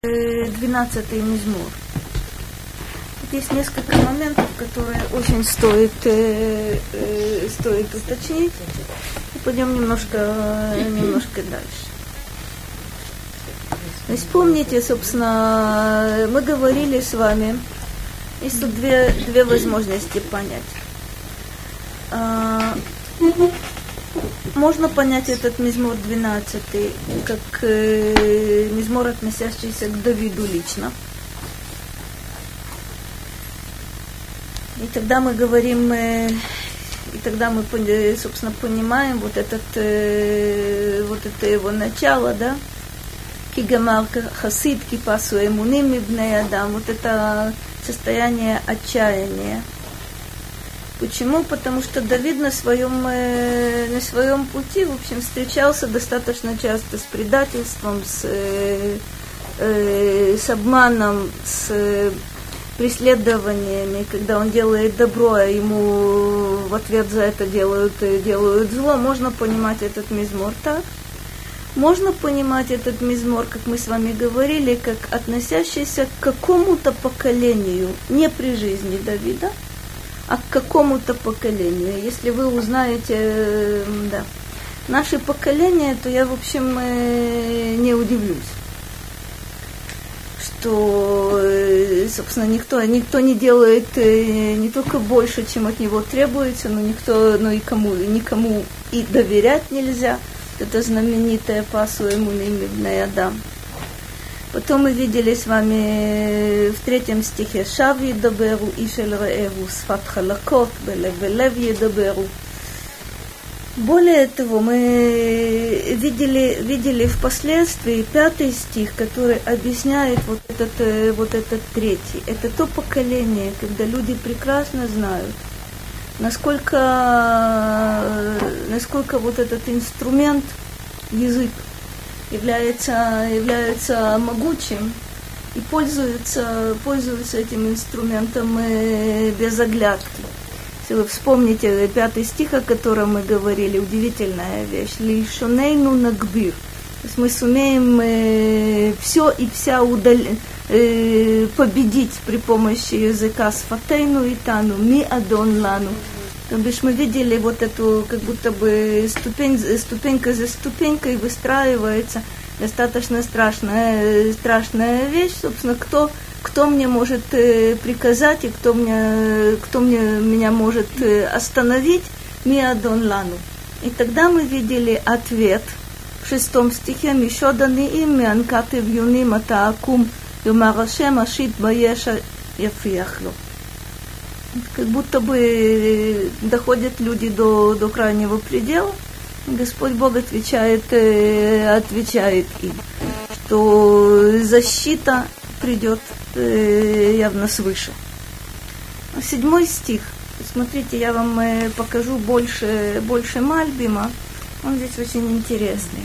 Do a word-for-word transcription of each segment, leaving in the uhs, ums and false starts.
двенадцатый мизмор. Есть несколько моментов, которые очень стоит, э, э, стоит уточнить. И пойдем немножко, немножко дальше. То есть помните, собственно, мы говорили с вами, есть тут две, две возможности понять. А, можно понять этот мизмор двенадцатый как э, мизмор, относящийся к Давиду лично. И тогда мы говорим, э, и тогда мы, собственно, понимаем вот этот, э, вот это его начало, да? Кигамар хасид кипасу эмуним мибней адам. Вот это состояние отчаяния. Почему? Потому что Давид на своем, э, на своем пути, в общем, встречался достаточно часто с предательством, с, э, э, с обманом, с э, преследованиями, когда он делает добро, а ему в ответ за это делают, делают зло. Можно понимать этот мизмор так. Можно понимать этот мизмор, как мы с вами говорили, как относящийся к какому-то поколению, не при жизни Давида, а к какому-то поколению. Если вы узнаете, да, наше поколение, то я, в общем, не удивлюсь, что, собственно, никто, никто не делает не только больше, чем от него требуется, но никто, но и кому, никому и доверять нельзя. Это знаменитая пасу эмуним мибней адам. Потом мы видели с вами в третьем стихе «Шав едаберу ишель реэву сфат халакот белев велев едаберу». Более того, мы видели, видели впоследствии пятый стих, который объясняет вот этот, вот этот третий. Это то поколение, когда люди прекрасно знают, насколько, насколько вот этот инструмент, язык, является, является могучим и пользуются, пользуются этим инструментом без оглядки. Если вы вспомните пятый стих, о котором мы говорили, удивительная вещь. «Лишонейну нагбир». То есть мы сумеем э, все и вся удаль... э, победить при помощи языка «сфатейну и тану», «ми адон лану». То бишь мы видели вот эту, как будто бы ступень, ступенька за ступенькой выстраивается достаточно страшная, страшная вещь. Собственно, кто, кто мне может э, приказать и кто, мне, кто мне, меня может э, остановить, «ми адон лану». И тогда мы видели ответ в шестом стихе «Мишодани им мианкатив юним атаакум юмарашем ашит баеша яфияхло». Как будто бы доходят люди до, до крайнего предела. Господь Бог отвечает, э, отвечает им, что защита придет э, явно свыше. Седьмой стих. Смотрите, я вам э, покажу больше, больше Мальбима. Он здесь очень интересный.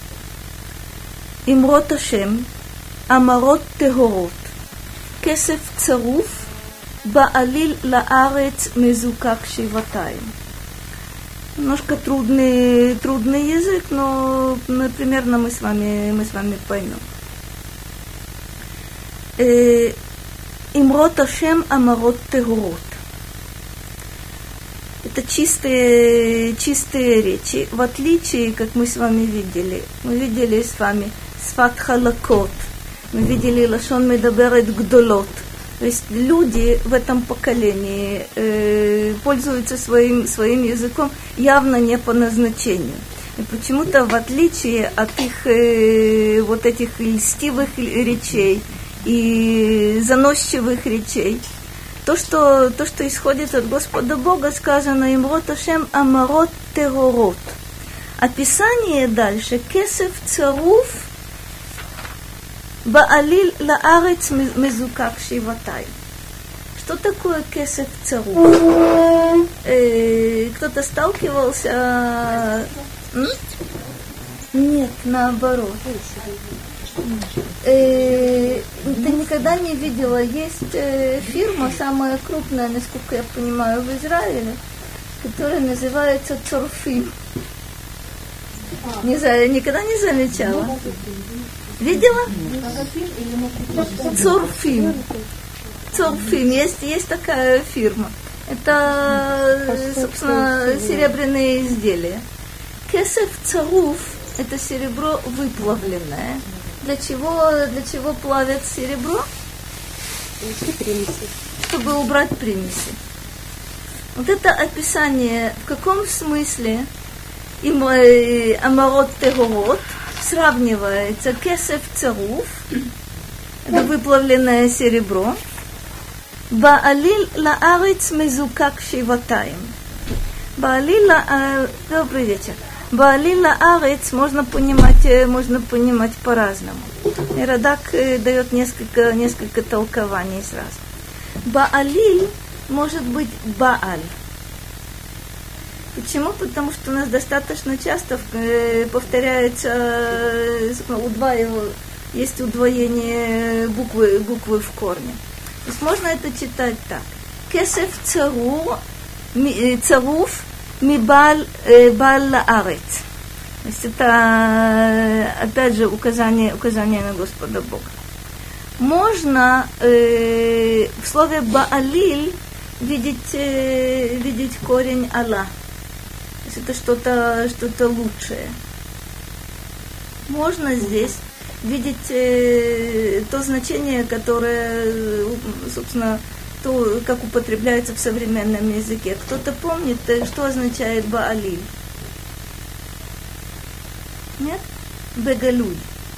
Имрот Ашем, амарот техорот, кесеф царуф, баалил лаарец мезукак шиватаем. Немножко трудный, трудный язык, но мы, примерно мы с вами, мы с вами поймем. Имрот Ашем амарот техорот. Это чистые, чистые речи, в отличие, как мы с вами видели, мы видели с вами сфат халакот, мы видели лашон медаберет гдолот. То есть люди в этом поколении э, пользуются своим, своим языком явно не по назначению. И почему-то, в отличие от их э, вот этих льстивых речей и заносчивых речей, то, что, то, что исходит от Господа Бога, сказано «Имрот Ашем амарот теророт». Описание дальше «Кесев царуф баалил лаарец мезукак шиватай». Что такое кесев царуф? Э, кто-то сталкивался? М? Нет, наоборот. Э, ты никогда не видела? Есть э, фирма, самая крупная, насколько я понимаю, в Израиле, которая называется Цорфим. Не знаю, никогда не замечала. Видела? Цорфим. Цорфим. Есть, есть такая фирма. Это, собственно, серебряные изделия. Кесев царуф – это серебро выплавленное. Для чего, для чего плавят серебро? Чтобы убрать примеси. Вот это описание, в каком смысле им амарот тегорот сравнивается кесев царуф, это выплавленное серебро, баалил лаарец мезукак шиватаим. Баалил ла... Добрый вечер. Баалил лаарец можно понимать, можно понимать по-разному. И Радак дает несколько, несколько толкований сразу. Баалил может быть Бааль. Почему? Потому что у нас достаточно часто повторяется, удваиваю, есть удвоение буквы, буквы в корне. То есть можно это читать так. Кесев царур, царуф ми баал лаарец. То есть это, опять же, указание, указание на Господа Бога. Можно э, в слове Баалиль видеть, э, видеть корень Алла. То есть это что-то, что-то лучшее. Можно здесь видеть э, то значение, которое, собственно, то, как употребляется в современном языке. Кто-то помнит, что означает Баалиль? Нет? Бегалуй.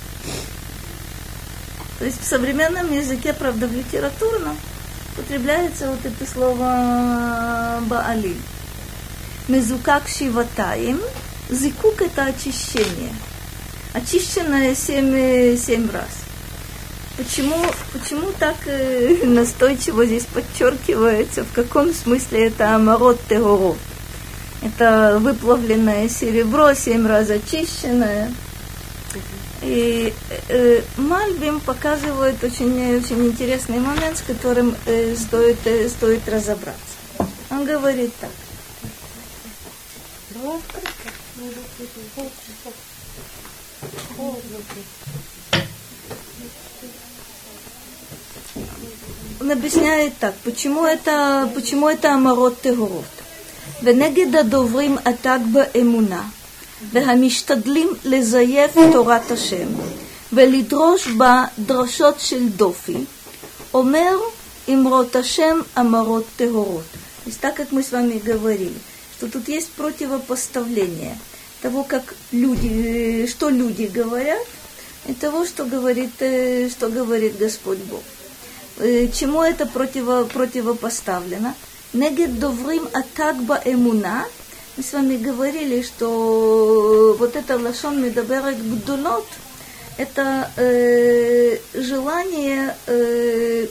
То есть в современном языке, правда, в литературном употребляется вот это слово Баалиль. Мезукак шиватаим. Зикук – это очищение. Очищенное семь, семь раз. Почему, почему так э, настойчиво здесь подчеркивается, в каком смысле это амарот тегорот? Это выплавленное серебро, семь раз очищенное. И э, Мальбим показывает очень, очень интересный момент, с которым э, стоит, э, стоит разобраться. Он говорит так. Он объясняет так, почему это, почему это амарот тегорот. ונגד הדוברים עתק באמונה, והמשתדלים לזייף תורת השם, ולדרוש בה דרשות של דופי, אומר אמרות השם אמרות טהורות. То есть так, как мы с вами говорили, что тут есть противопоставление того, как люди, что люди говорят, и того, что говорит, что говорит Господь Бог. Чему это противо, противопоставлено? Негед доврим атак баэмуна. Мы с вами говорили, что вот это лашон медаберет гдолот, это э, желание э,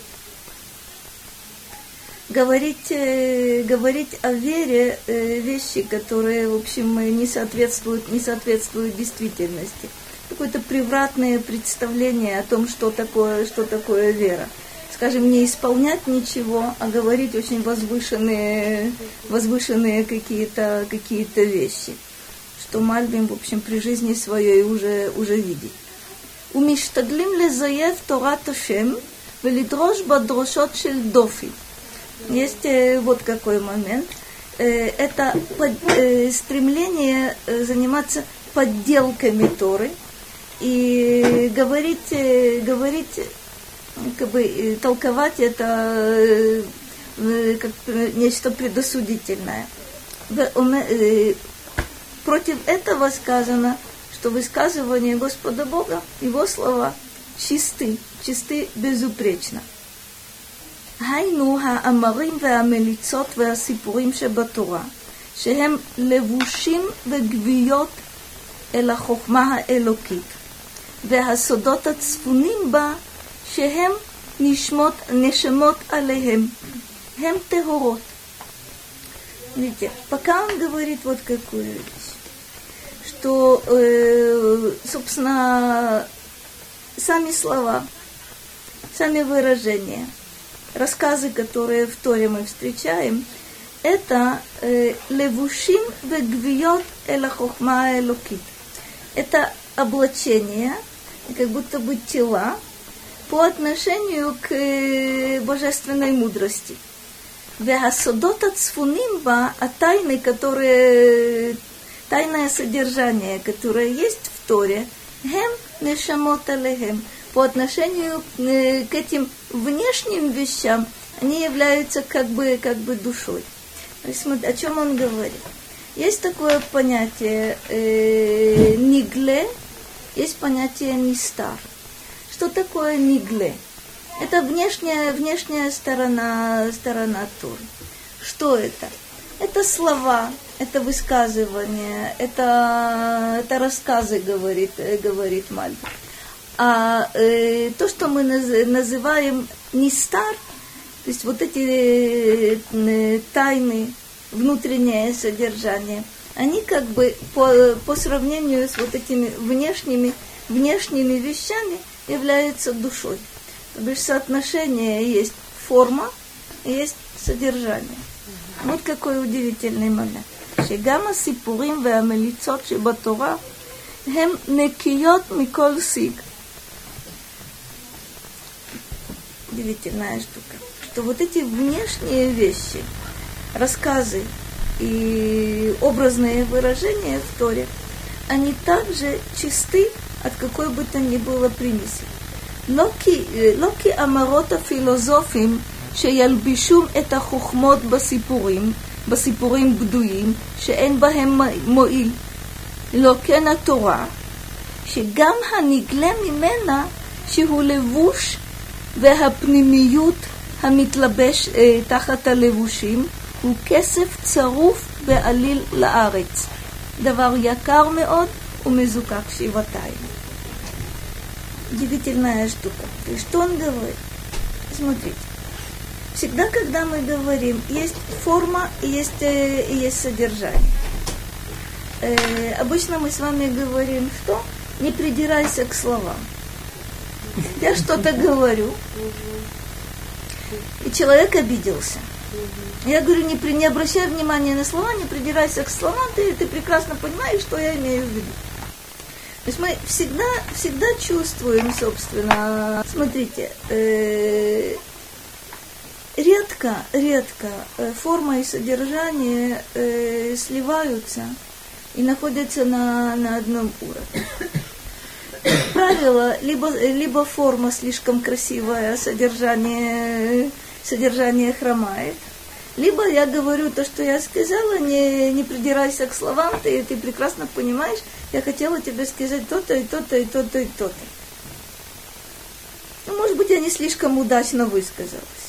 говорить, э, говорить о вере э, вещи, которые, в общем, не соответствуют, не соответствуют действительности. Какое-то превратное представление о том, что такое, что такое вера. Скажем, не исполнять ничего, а говорить очень возвышенные, возвышенные какие-то, какие-то вещи, что Мальбим, в общем, при жизни своей уже, уже видит. «Умиштадлим лезаев Торат Ашем, велидрош бадрошот шель дофи». Есть э, вот какой момент. Э, это под, э, стремление э, заниматься подделками Торы и говорить, э, говорить как бы толковать это как нечто предосудительное. Против этого сказано, что высказывание Господа Бога, Его слова чисты, чисты безупречно. היינו האמרים והמליצות והסיפורים שבתורה, שהם לבושים וגוויות אל החוכמה האלוקית, והסודות הצפונים בה שהם נשמות, נשמות עליהם, הם טהורות. Видите, пока он говорит вот какую вещь, что, э, собственно, сами слова, сами выражения, рассказы, которые в Торе мы встречаем, это левушим вегвиот эла хохма элокит. Это облачение, как будто бы тела по отношению к божественной мудрости. Вехасодот ацфуним ба, а тайны, которые, тайное содержание, которое есть в Торе, хем нешамот алехем, по отношению к этим внешним вещам, они являются как бы, как бы душой. То есть, о чем он говорит? Есть такое понятие э, нигле, есть понятие нистар. Что такое нигле? Это внешняя, внешняя сторона, сторона Торы. Что это? Это слова, это высказывания, это, это рассказы, говорит, говорит Мальбим. А э, то, что мы наз, называем нистар, то есть вот эти э, тайны, внутреннее содержание, они как бы по, по сравнению с вот этими внешними, внешними вещами являются душой. То есть соотношение есть форма и есть содержание. Вот какой удивительный момент. שגם הסיפורים והמליצות שבתורה הם נקיות מכל סיג. Удивительная штука. Что вот эти внешние вещи, рассказы и образные выражения в Торе, они также чисты от какой бы то ни было примеси. לא כי אמרות הפילוסופים שילבישום את החוכמות בסיפורים, בסיפורים בדויים, שאין בהם מועיל. לא כן התורה, שגם הנגלה ממנה שהוא לבוש והפנימיות המתלבש אה, תחת הלבושים הוא כסף צרוף בעליל לארץ. דבר יקר מאוד ומזוקק שבעתיים. Удивительная штука. И что он говорит? Смотрите. Всегда, когда мы говорим, есть форма и есть, э, и есть содержание. Э, обычно мы с вами говорим, что не придирайся к словам. Я что-то говорю, и человек обиделся. Я говорю, не, при, не обращай внимания на слова, не придирайся к словам, ты, ты прекрасно понимаешь, что я имею в виду. То есть мы всегда, всегда чувствуем, собственно, смотрите, э, редко, редко э, форма и содержание э, сливаются и находятся на, на одном уровне. Как правило, либо, либо форма слишком красивая, содержание, содержание хромает, либо я говорю то, что я сказала, не, не придирайся к словам, ты, ты прекрасно понимаешь, я хотела тебе сказать то-то, и то-то, и то-то, и то-то. Ну, может быть, я не слишком удачно высказалась.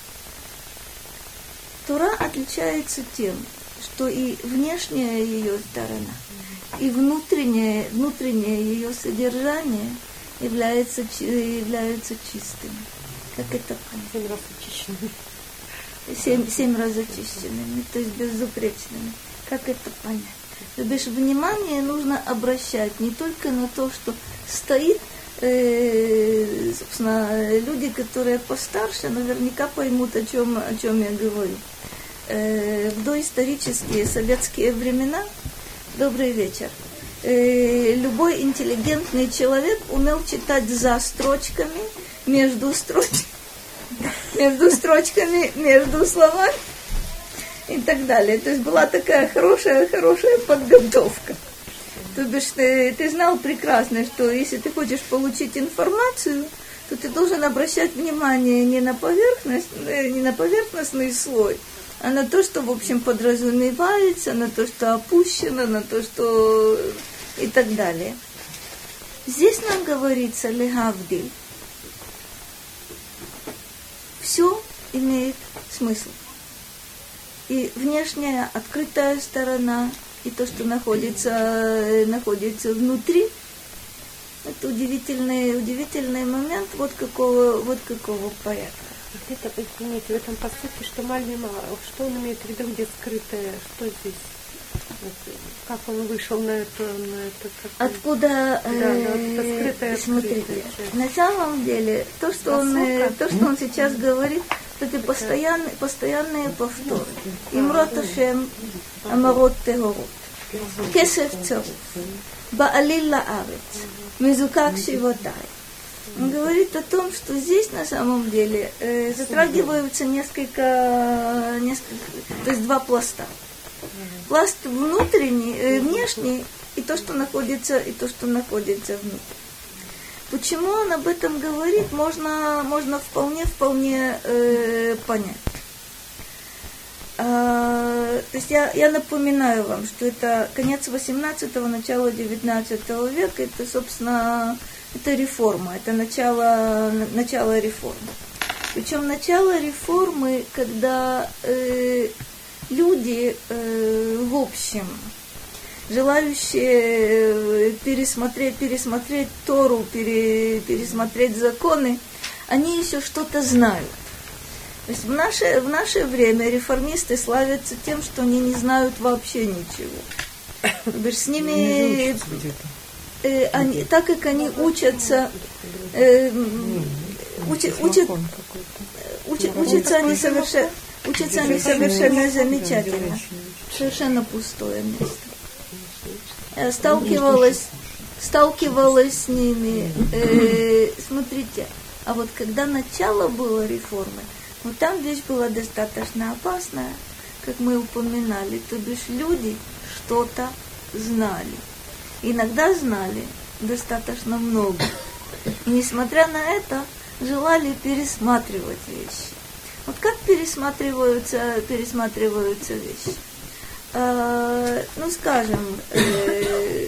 Тора отличается тем, что и внешняя ее сторона, и внутреннее, внутреннее ее содержание является, являются чистыми. Как это понять? Семь, семь раз очищенными, то есть безупречными. Как это понять? То бишь внимание нужно обращать не только на то, что стоит, э, собственно, люди, которые постарше, наверняка поймут, о чем, о чем я говорю. Э, в доисторические советские времена, добрый вечер, э, любой интеллигентный человек умел читать за строчками, между строчками, между строчками, между словами и так далее. То есть была такая хорошая, хорошая подготовка. То бишь ты, ты знал прекрасно, что если ты хочешь получить информацию, то ты должен обращать внимание не на поверхность, не на поверхностный слой, а на то, что, в общем, подразумевается, на то, что опущено, на то, что и так далее. Здесь нам говорится легавдиль. Все имеет смысл. И внешняя открытая сторона, и то, что находится, находится внутри, это удивительный, удивительный момент вот какого, вот какого порядка. Где-то, извините, в этом поступке, что Мальбим, что он имеет в виду, где скрытое, что здесь? Как он вышел на это? На это как Откуда, да, э, это скрытое, смотрите, скрытое, на самом деле, то, что, он, то, что он сейчас говорит, это постоянные, постоянные повторы. Имрот Ашем, Амарот Тегорот. кесев царуф, баалил лаарец, мизукак шивотай. Он говорит о том, что здесь на самом деле э, затрагиваются несколько, несколько, то есть два пласта. Пласт внутренний, э, внешний, и то, что находится, и то, что находится внутри. Почему он об этом говорит, можно, можно вполне, вполне э, понять. А, то есть я, я напоминаю вам, что это конец восемнадцатого, начало девятнадцатого века, это, собственно, это реформа, это начало, начало реформы. Причем начало реформы, когда э, люди э, в общем, желающие пересмотреть, пересмотреть Тору, пере, пересмотреть законы, они еще что-то знают. То есть в наше, в наше время реформисты славятся тем, что они не знают вообще ничего. То бишь с ними, э, они, так как они учатся, э, учат, учат, учат, учатся они совершенно, учатся они совершенно замечательно, совершенно пустое место. Я сталкивалась, сталкивалась с ними. Э, смотрите, а вот когда начало было реформы, вот там вещь была достаточно опасная, как мы упоминали, то бишь люди что-то знали. Иногда знали достаточно много. И несмотря на это, желали пересматривать вещи. Вот как пересматриваются, пересматриваются вещи? Э, ну, скажем, э,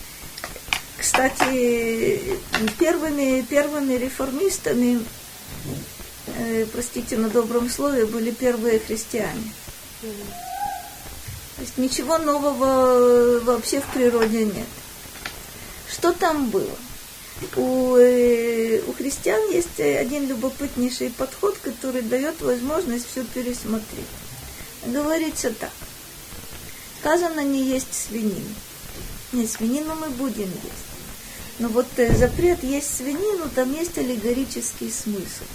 кстати, первыми, первыми реформистами, э, простите на добром слове, были первые христиане. То есть ничего нового вообще в природе нет. Что там было? У, э, у христиан есть один любопытнейший подход, который дает возможность все пересмотреть. Говорится так. Сказано не есть свинину. Нет, свинину мы будем есть. Но вот э, запрет есть свинину, там есть аллегорический смысл.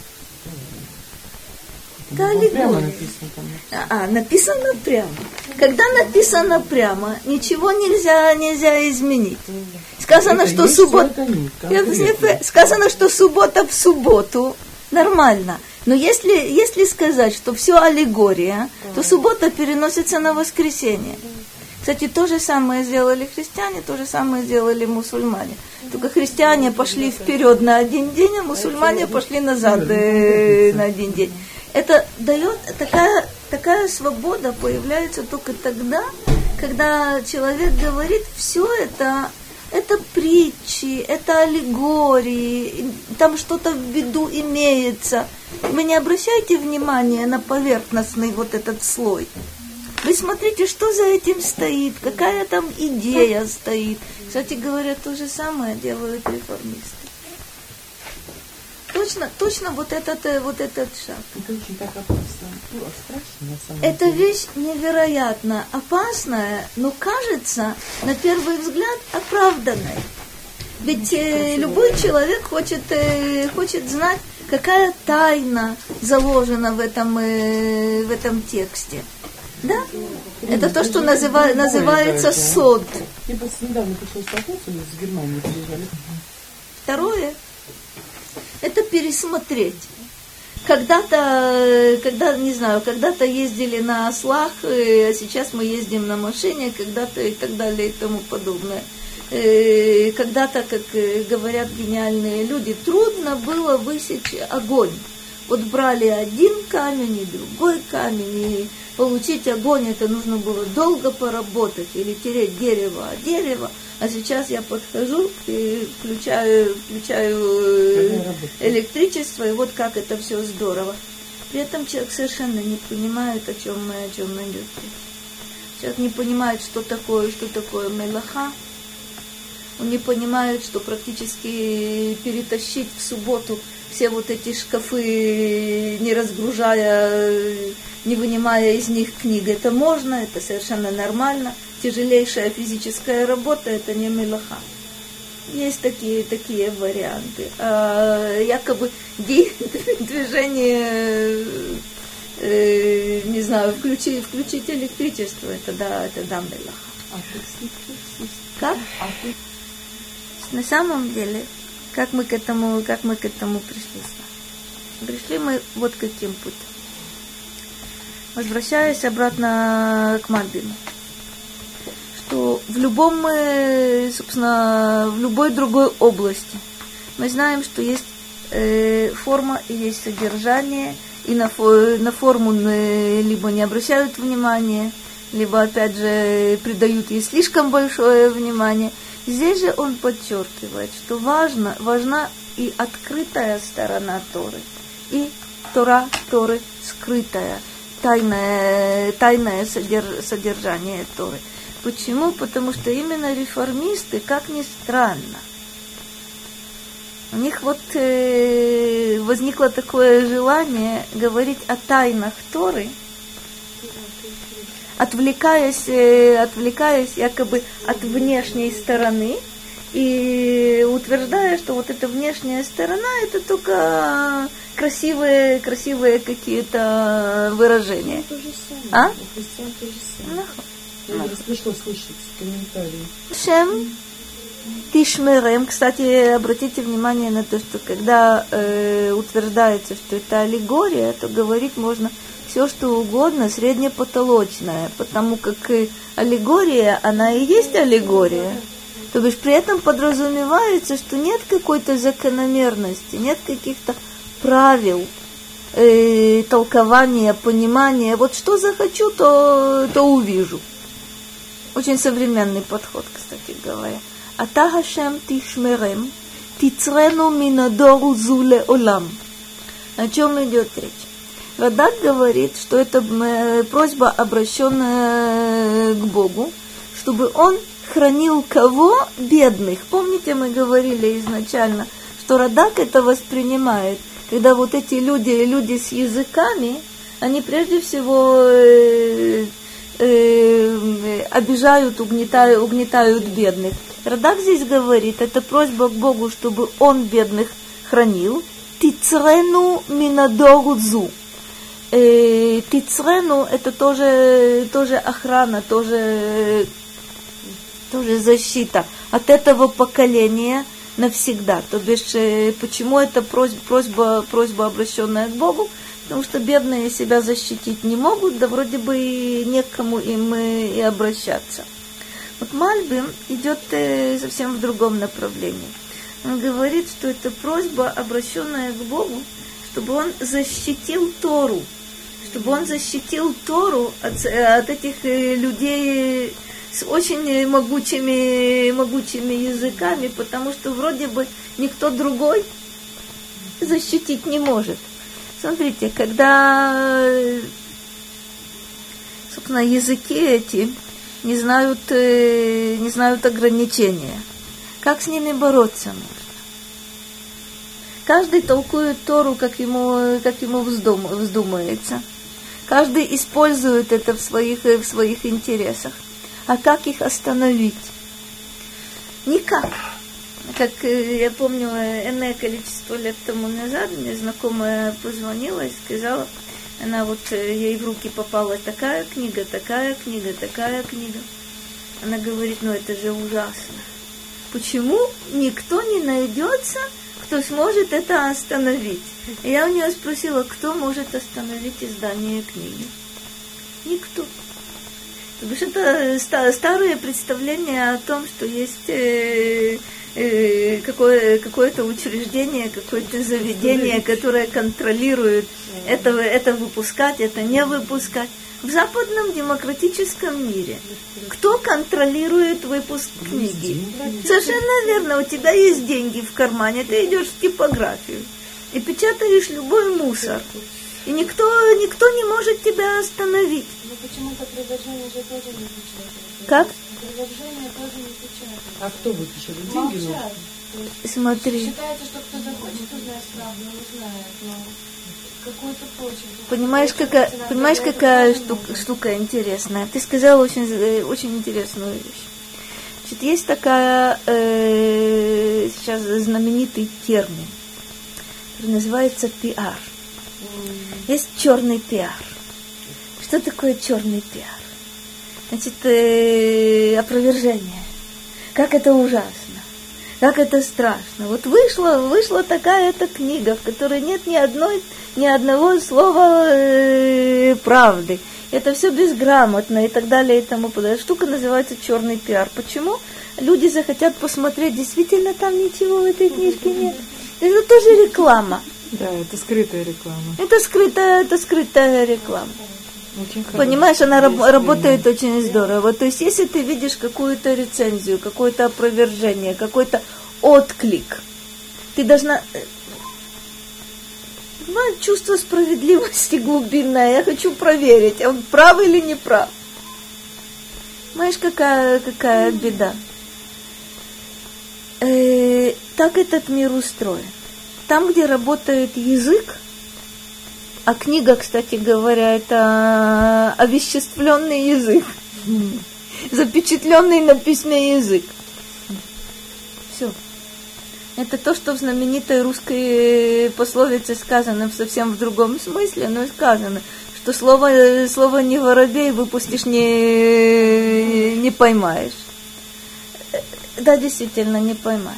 Это аллегория. А, а, написано прямо. Когда написано прямо, ничего нельзя, нельзя изменить. Сказано, что суббота... Сказано, что суббота в субботу. Нормально. Но если, если сказать, что все аллегория, то суббота переносится на воскресенье. Кстати, то же самое сделали христиане, то же самое сделали мусульмане. Только христиане пошли вперед на один день, а мусульмане пошли назад э, на один день. Это дает, такая, такая свобода появляется только тогда, когда человек говорит, все это, это притчи, это аллегории, там что-то в виду имеется. Вы не обращайте внимания на поверхностный вот этот слой. Вы смотрите, что за этим стоит, какая там идея стоит. Кстати говоря, то же самое делают реформисты. Точно, точно вот этот, вот этот шаг. Это очень так опасно. Ну, страшно, на самом деле. Эта вещь невероятно опасная, но кажется, на первый взгляд, оправданной. Ведь э, любой человек хочет, э, хочет знать, какая тайна заложена в этом, э, в этом тексте. Да? Это то, что называ, называется сод. Я просто недавно пришла столкнуться, с Германии приезжали. Второе. Это пересмотреть. Когда-то, когда, не знаю, когда-то ездили на ослах, а сейчас мы ездим на машине, когда-то и так далее и тому подобное. Когда-то, как говорят гениальные люди, трудно было высечь огонь. Вот брали один камень и другой камень, и получить огонь, это нужно было долго поработать или тереть дерево от дерева. А сейчас я подхожу и включаю, включаю электричество, и вот как это все здорово. При этом человек совершенно не понимает, о чем мы, о чем идет речь. Человек не понимает, что такое, что такое мелаха. Он не понимает, что практически перетащить в субботу все вот эти шкафы, не разгружая, не вынимая из них книг, это можно, это совершенно нормально. Тяжелейшая физическая работа – это не мелаха. Есть такие, такие варианты. А, якобы движение, э, не знаю, включить, включить электричество – это да, это да, мелаха. Как? На самом деле, как мы к этому, как мы к этому пришли? Пришли мы вот каким путем. Возвращаясь обратно к Мальбиму, что в любом, собственно, в любой другой области мы знаем, что есть э, форма и есть содержание, и на, на форму либо не обращают внимания, либо, опять же, придают ей слишком большое внимание. Здесь же он подчеркивает, что важно, важна и открытая сторона Торы, и Тора Торы скрытая, тайное, тайное содержание Торы. Почему? Потому что именно реформисты, как ни странно, у них вот э, возникло такое желание говорить о тайнах Торы, отвлекаясь, э, отвлекаясь якобы от внешней стороны и утверждая, что вот эта внешняя сторона это только красивые, красивые какие-то выражения. То же самое. А? У христиан то же самое. Ну, пришло слышать комментарии. Шем Тишмерем. Кстати, обратите внимание на то, что когда э, утверждается, что это аллегория, то говорить можно все, что угодно, среднепотолочное, потому как и аллегория, она и есть аллегория. То бишь при этом подразумевается, что нет какой-то закономерности, нет каких-то правил, э, толкования, понимания. Вот что захочу, то, то увижу. Очень современный подход, кстати говоря. Ата Хашем тишмерем, тицрену минадор зуле олам. О чем идет речь? Радак говорит, что это просьба, обращенная к Богу, чтобы он хранил кого? Бедных. Помните, мы говорили изначально, что Радак это воспринимает, когда вот эти люди, люди с языками, они прежде всего э, э, обижают, угнетают, угнетают бедных. Радак здесь говорит, это просьба к Богу, чтобы он бедных хранил. Тицрену минадору зу. Тицрену это тоже, тоже охрана, тоже, тоже защита от этого поколения навсегда. То бишь, почему это просьба, просьба, просьба, обращенная к Богу? Потому что бедные себя защитить не могут, да вроде бы и некому им и обращаться. Вот Мальбим идет совсем в другом направлении. Он говорит, что это просьба, обращенная к Богу, чтобы он защитил Тору, чтобы он защитил Тору от, от этих людей с очень могучими, могучими языками, потому что вроде бы никто другой защитить не может. Смотрите, когда, собственно, языки эти не знают, не знают ограничения, как с ними бороться можно? Каждый толкует Тору, как ему, как ему вздум, вздумается. Каждый использует это в своих, в своих интересах. А как их остановить? Никак. Как я помню, энное количество лет тому назад мне знакомая позвонила и сказала, она вот, ей в руки попала такая книга, такая книга, такая книга. Она говорит, ну это же ужасно. Почему никто не найдется, кто сможет это остановить? И я у нее спросила, кто может остановить издание книги? Никто. Потому что это старые представления о том, что есть э, э, какое, какое-то учреждение, какое-то заведение, которое контролирует это, это выпускать, это не выпускать. В западном демократическом мире кто контролирует выпуск книги? Совершенно верно, у тебя есть деньги в кармане, ты идешь в типографию и печатаешь любой мусор. И никто, никто не может тебя остановить. Но почему-то предложение же тоже не печатают. Как? Предложение тоже не печатают. А кто выпишет? Деньги Молчат. Смотри. Считается, что кто захочет узнать правду, он узнает, но какую-то почву. Понимаешь, какая, понимаешь, какая штука, штука интересная? Ты сказала очень, очень интересную вещь. Значит, есть такая э, сейчас знаменитый термин, который называется пиар. Есть черный пиар. Что такое черный пиар? Значит, э, опровержение. Как это ужасно, как это страшно. Вот вышла, вышла такая-то книга, в которой нет ни одной, ни одного слова э, правды. Это все безграмотно и так далее и тому подобное. Штука называется черный пиар. Почему? Люди захотят посмотреть, действительно там ничего в этой книжке нет. Это тоже реклама. Да, это скрытая реклама. Это скрытая, это скрытая реклама. Очень Понимаешь, она раб- работает очень здорово. То есть, если ты видишь какую-то рецензию, какое-то опровержение, какой-то отклик, ты должна... Ну, чувство справедливости глубинное. Я хочу проверить, он прав или не прав. Знаешь, какая, какая беда? Э, так этот мир устроен. Там, где работает язык, а книга, кстати говоря, это овеществленный язык, запечатленный на письме язык. Все. Это то, что в знаменитой русской пословице сказано совсем в другом смысле, но сказано, что слово, слово не воробей, выпустишь, не, не поймаешь. Да, действительно, не поймаешь.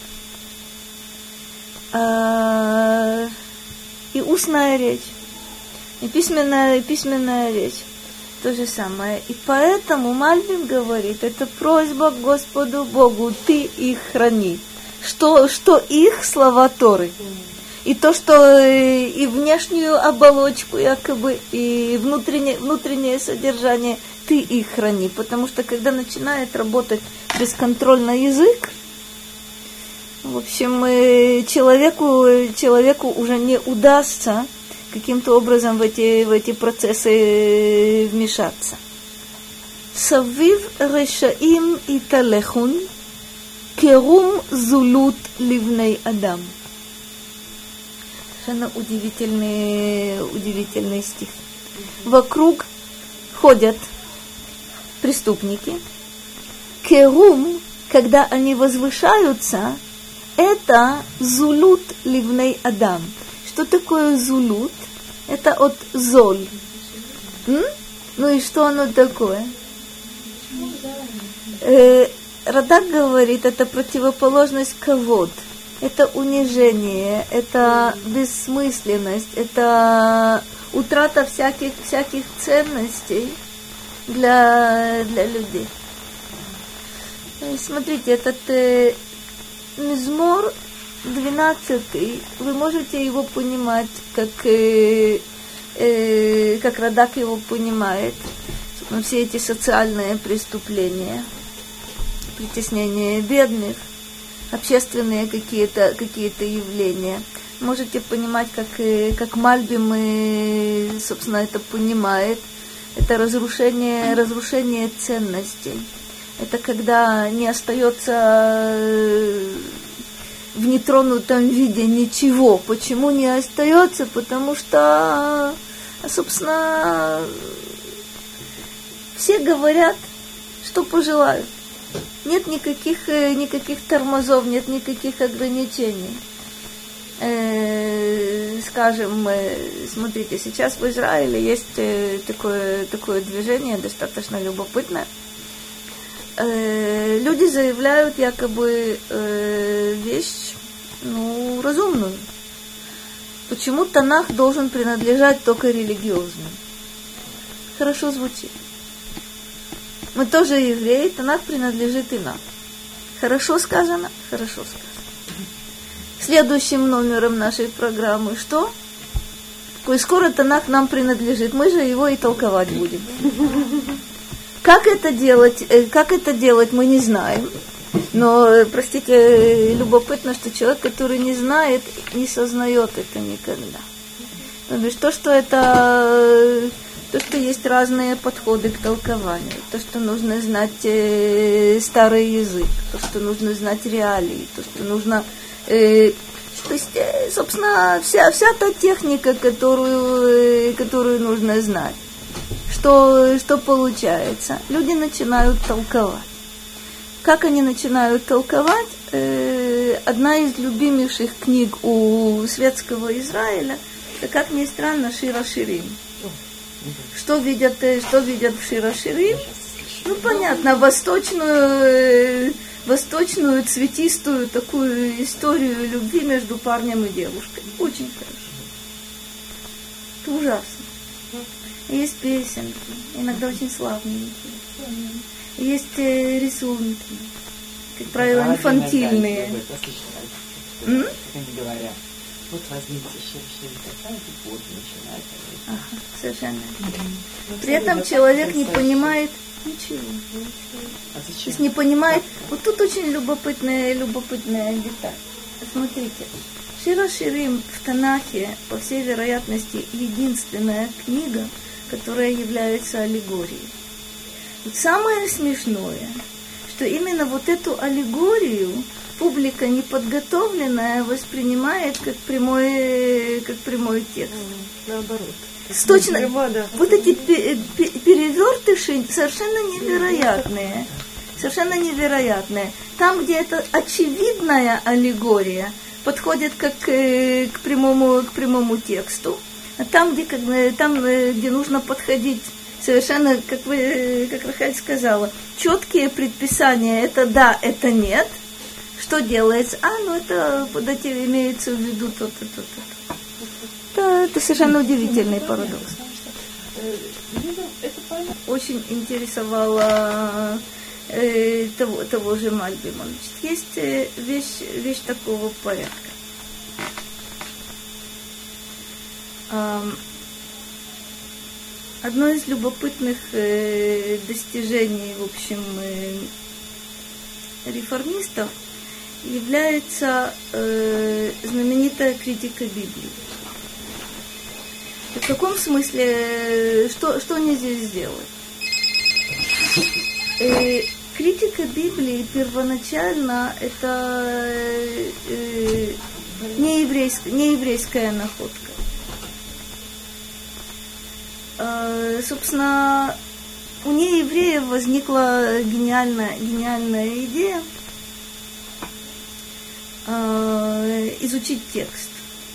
А, и устная речь, и письменная, и письменная речь. То же самое. И поэтому Мальбим говорит, это просьба к Господу Богу, ты их храни. Что, что их слова Торы. И то, что и внешнюю оболочку, якобы, и внутреннее, внутреннее содержание, ты их храни. Потому что когда начинает работать бесконтрольно язык, в общем, человеку, человеку уже не удастся каким-то образом в эти, в эти процессы вмешаться. Савив решаим италехун керум зулут ливней адам. Совершенно удивительный, удивительный стих. Вокруг ходят преступники. Керум, когда они возвышаются, это зулут ливней адам. Что такое зулут? Это от золь. М? Ну и что оно такое? Э, Радак говорит, это противоположность кавод. Это унижение, это бессмысленность, это утрата всяких, всяких ценностей для, для людей. Смотрите, этот э, мизмор двенадцатый, вы можете его понимать, как, э, э, как Радак его понимает. Ну, все эти социальные преступления, притеснение бедных, общественные какие-то, какие-то явления. Можете понимать, как, как Мальбим, собственно, это понимает. Это разрушение, разрушение ценностей. Это когда не остается в нетронутом виде ничего. Почему не остается? Потому что, собственно, все говорят, что пожелают. Нет никаких, никаких тормозов, нет никаких ограничений. Э, скажем, смотрите, сейчас в Израиле есть такое, такое движение, достаточно любопытное. Э, люди заявляют якобы э, вещь, ну, разумную. Почему Танах должен принадлежать только религиозным? Хорошо звучит. Мы тоже евреи, Танах принадлежит и нам. Хорошо сказано? Хорошо сказано. Следующим номером нашей программы что? Коль скоро Танах нам принадлежит, мы же его и толковать будем. Как это делать, как это делать, мы не знаем. Но, простите, любопытно, что человек, который не знает, не сознает это никогда. То есть то, что это... То, что есть разные подходы к толкованию, то, что нужно знать э, старый язык, то, что нужно знать реалии, то, что нужно... Э, то есть, э, собственно, вся, вся та техника, которую, э, которую нужно знать. Что, что получается? Люди начинают толковать. Как они начинают толковать? Э, одна из любимейших книг у светского Израиля, это, как ни странно, Шир ха-Ширим. Что видят, что видят в Шир ха-Ширим? Ну, понятно, восточную, восточную цветистую такую историю любви между парнем и девушкой. Очень хорошо. Это ужасно. Есть песенки, иногда очень славненькие. Есть рисунки, как правило, инфантильные. Они говорят, вот возьмите шире-шире, такая любовь начинает. Ага, совершенно. При этом человек не понимает ничего. А То есть не понимает. Вот тут очень любопытная, любопытная деталь. Смотрите, Шира Ширим в Танахе, по всей вероятности, единственная книга, которая является аллегорией. Вот самое смешное, что именно вот эту аллегорию публика неподготовленная воспринимает как прямой, как прямой текст. Наоборот. Точно, вот эти перевертыши совершенно невероятные. Совершенно невероятные. Там, где это очевидная аллегория, подходит как к, к, прямому, к прямому тексту. А там, где, как, там, где нужно подходить совершенно, как вы, как Рахаль сказала, четкие предписания, это да, это нет. Что делается? А, ну это под этим имеется в виду то-то, то-то. Это, это совершенно удивительный парадокс. Очень интересовало э, того, того же Мальбима. Есть э, вещь, вещь такого порядка. Одно из любопытных э, достижений, в общем, э, реформистов является э, знаменитая критика Библии. В каком смысле, что, что они здесь сделали? Э, критика Библии первоначально это э, не еврейская, не еврейская находка. Э, собственно, у неевреев возникла гениальная, гениальная идея э, изучить текст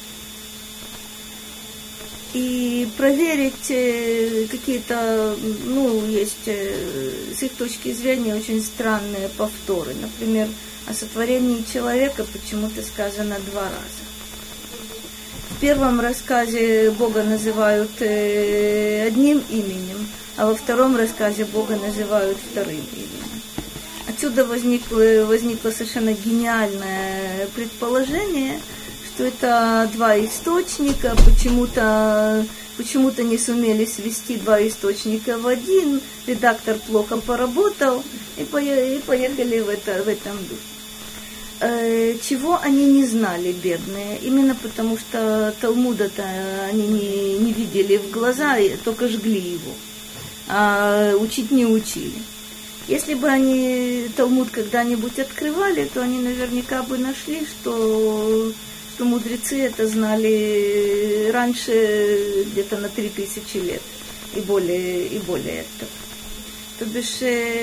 и проверить э, какие-то, ну, есть э, с их точки зрения очень странные повторы. Например, о сотворении человека почему-то сказано два раза. В первом рассказе Бога называют э, одним именем, а во втором рассказе Бога называют вторым именем. Отсюда возникло, возникло совершенно гениальное предположение, что это два источника, почему-то, почему-то не сумели свести два источника в один, редактор плохо поработал, и поехали в, это, в этом духе. Чего они не знали, бедные, именно потому что Талмуда-то они не, не видели в глаза, только жгли его, а учить не учили. Если бы они Талмуд когда-нибудь открывали, то они наверняка бы нашли, что, что мудрецы это знали раньше где-то на три тысячи лет и более, и более этого. То бишь,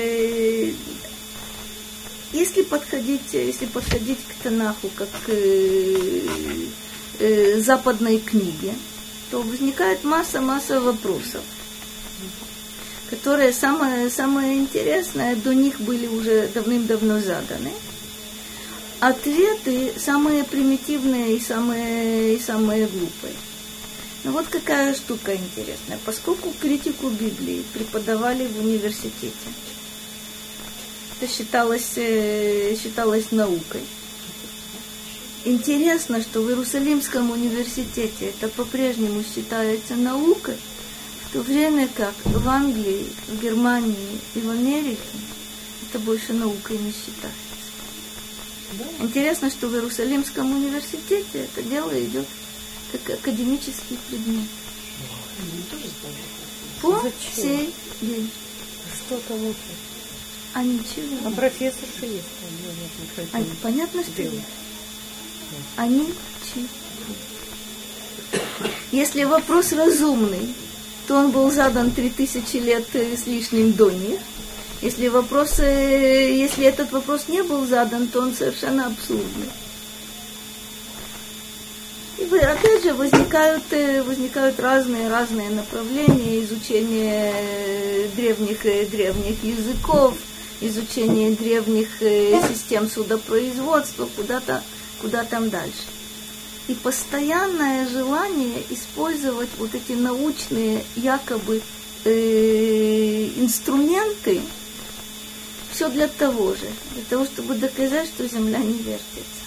если подходить, если подходить к Танаху как к э, э, западной книге, то возникает масса-масса вопросов, которые самое, самое интересное, до них были уже давным-давно заданы. Ответы самые примитивные и самые, и самые глупые. Но вот какая штука интересная. Поскольку критику Библии преподавали в университете, это считалось, считалось наукой. Интересно, что в Иерусалимском университете это по-прежнему считается наукой, в то время как в Англии, в Германии и в Америке это больше наукой не считается. Да. Интересно, что в Иерусалимском университете это дело идет как академический предмет. По Зачем? Сей день. Что там учат? А ничего. А профессорши есть? А понятно, что есть. Они чьи? Если вопрос разумный, то он был задан три тысячи лет с лишним до них. Если, вопрос, если этот вопрос не был задан, то он совершенно абсурдный. И опять же, возникают, возникают разные, разные направления изучения древних, древних языков, изучения древних систем судопроизводства, куда-то, куда там дальше. И постоянное желание использовать вот эти научные якобы э, инструменты, все для того же, для того, чтобы доказать, что Земля не вертится.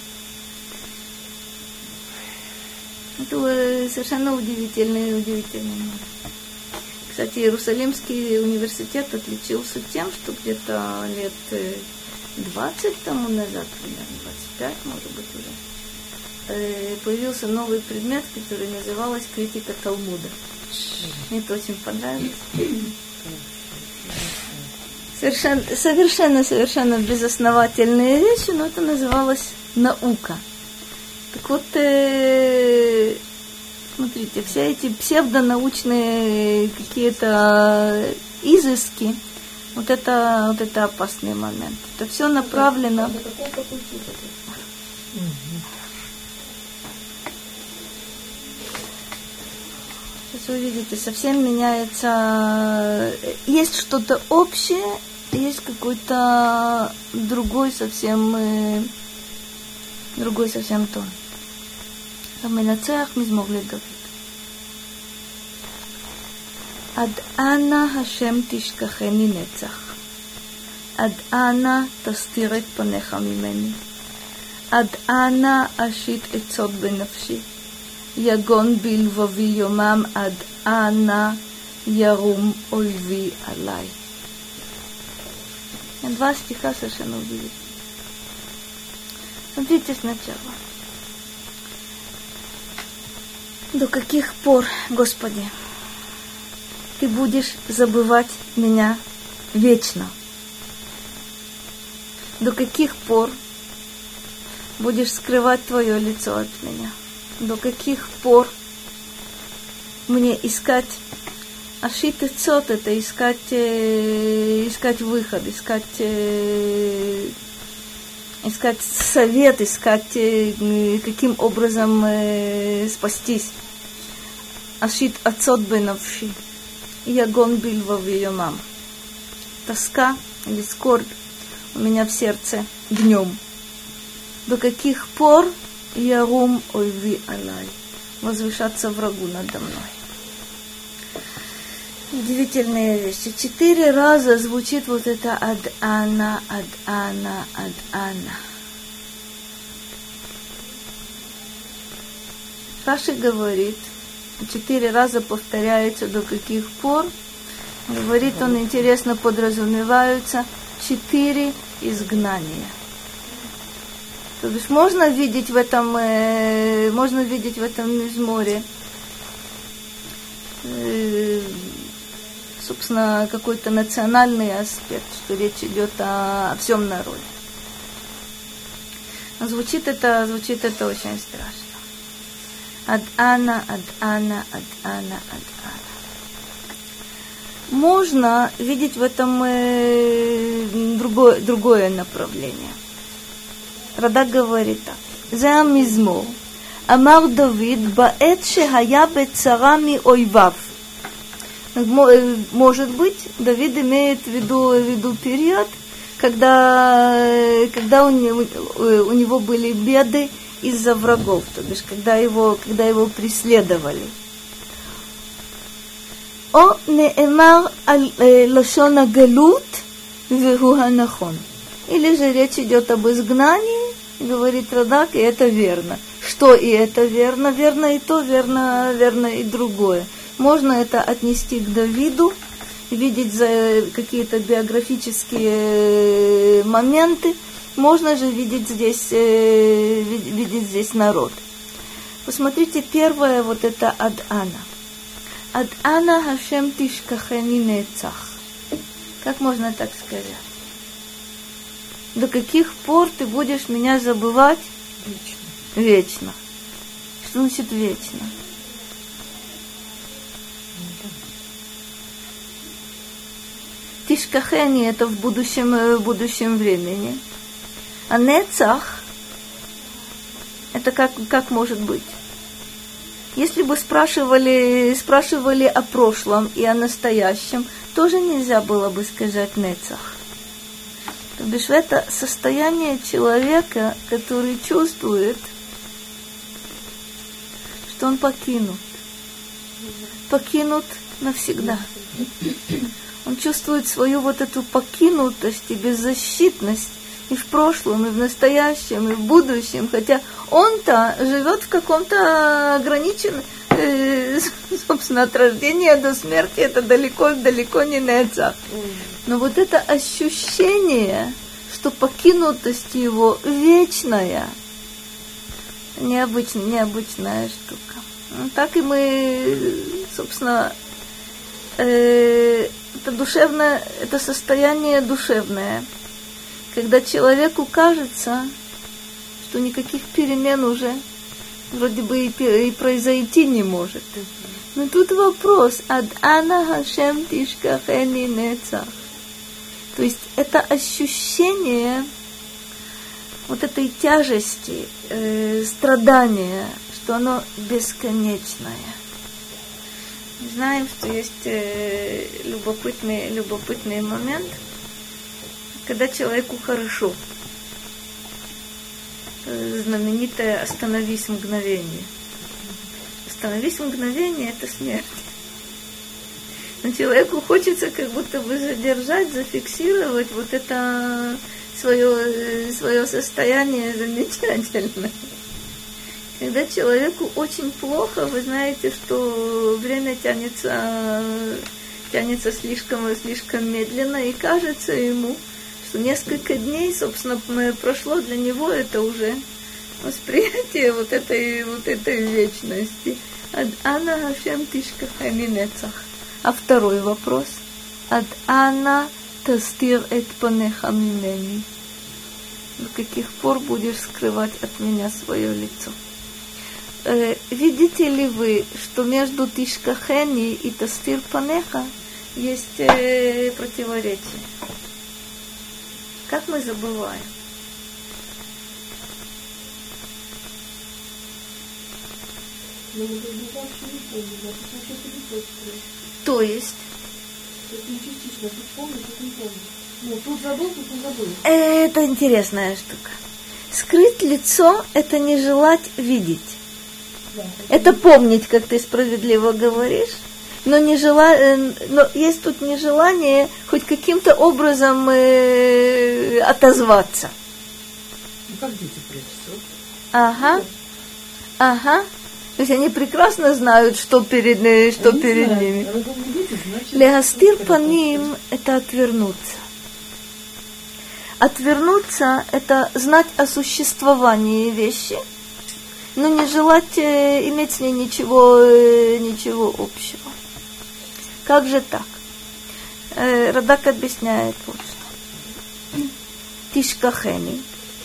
Это совершенно удивительный, удивительный мир. Кстати, Иерусалимский университет отличился тем, что где-то лет двадцать тому назад, примерно двадцать пять, может быть, уже, появился новый предмет, который назывался критика Талмуда. Мне это очень понравилось. Совершенно, совершенно, совершенно безосновательные вещи, но это называлось наука. Так вот, э, смотрите, все эти псевдонаучные какие-то изыски, вот это, вот это опасный момент. Это все направлено... Сейчас вы видите, совсем меняется... Есть что-то общее, есть какой-то другой совсем... другой совсем тон. המנצח מזמור לדוד. עד אנה השם תשכחני נצח. עד אנה תסתיר את פניך ממני. עד אנה אשית עצות בנפשי. יגון בלבבי יומם עד אנה ירום אויבי עליי. Два стиха совершенно удивительные. Смотрите сначала. До каких пор, Господи, Ты будешь забывать меня вечно? До каких пор будешь скрывать Твое лицо от меня? До каких пор мне искать ашит и цот, это искать, э, искать выход, искать, э, искать совет, искать, э, каким образом э, спастись. Ашит ацот бенавши, ягон бильвави йомам. Тоска или скорбь у меня в сердце днем. До каких пор ярум ойви алай, возвышаться врагу надо мной. Удивительные вещи. Четыре раза звучит вот это ад-ана, ад-ана, ад-ана. Раши говорит, четыре раза повторяется до каких пор. Говорит он, интересно, подразумеваются четыре изгнания. То есть можно видеть в этом, э, можно видеть в этом мизморе, э, собственно, какой-то национальный аспект, что речь идет о, о всем народе. Но звучит это, звучит это очень страшно. Ад-ана, ад-ана, ад-ана, ад-ана. Можно видеть в этом э, другое, другое направление. Радак говорит так. Зе המזמור, אמר דוד בעת שהיה בצרה מאויביו. Может быть, Давид имеет в виду, в виду период, когда, когда у, него, у него были беды из-за врагов, то бишь, когда его, когда его преследовали. О неэмар аль лашон агалут вегу ханахон. Или же речь идет об изгнании, говорит Радак, и это верно. Что и это верно? Верно и то, верно, верно и другое. Можно это отнести к Давиду, видеть за какие-то биографические моменты. Можно же видеть здесь, видеть здесь народ. Посмотрите, первое вот это ад-ана. Ад-ана хашем тишкахени нецах. Как можно так сказать? До каких пор ты будешь меня забывать? Вечно. Вечно. Что значит вечно? Тишкахени это в будущем, в будущем времени. А нецах это как, как может быть? Если бы спрашивали, спрашивали о прошлом и о настоящем, тоже нельзя было бы сказать нецах. То бишь это состояние человека, который чувствует, что он покинут. Покинут навсегда. Он чувствует свою вот эту покинутость и беззащитность и в прошлом, и в настоящем, и в будущем, хотя он-то живет в каком-то ограниченном, э, собственно, от рождения до смерти, это далеко-далеко не нецах. Но вот это ощущение, что покинутость его вечная, необычная, необычная штука. Ну, так и мы, собственно, э, это душевное, это состояние душевное, когда человеку кажется, что никаких перемен уже вроде бы и, и произойти не может. Но тут вопрос: ад ана хашем тишкахени нецах. То есть это ощущение вот этой тяжести, э, страдания, что оно бесконечное. Знаем, что есть э, любопытный, любопытный момент, когда человеку хорошо. Знаменитое «остановись мгновение». «Остановись мгновение» — это смерть. Но человеку хочется как будто бы задержать, зафиксировать вот это свое, свое состояние замечательное. Когда человеку очень плохо, вы знаете, что время тянется, тянется слишком, слишком медленно, и кажется ему, что несколько дней, собственно, прошло для него это уже восприятие вот этой, вот этой вечности. Ад ана хашем тишкахени нецах. А второй вопрос. Ад ана тастир эт панеха мимени. До каких пор будешь скрывать от меня свое лицо? Э, видите ли вы, что между тишкахени и тастир панеха есть э, противоречие? Как мы забываем? То есть? Это интересная штука. Скрыть лицо – это не желать видеть. Это помнить, как ты справедливо говоришь. Но, не жела... Но есть тут нежелание хоть каким-то образом э... отозваться. Ну, как дети прячутся. Ага, ага. То есть они прекрасно знают, что перед, что перед знают. Ними. Легастир паним – это отвернуться. Отвернуться – это знать о существовании вещи, но не желать э, иметь с ней ничего, э, ничего общего. Как же так? Э, Радак объясняет вот что. Тишкахени.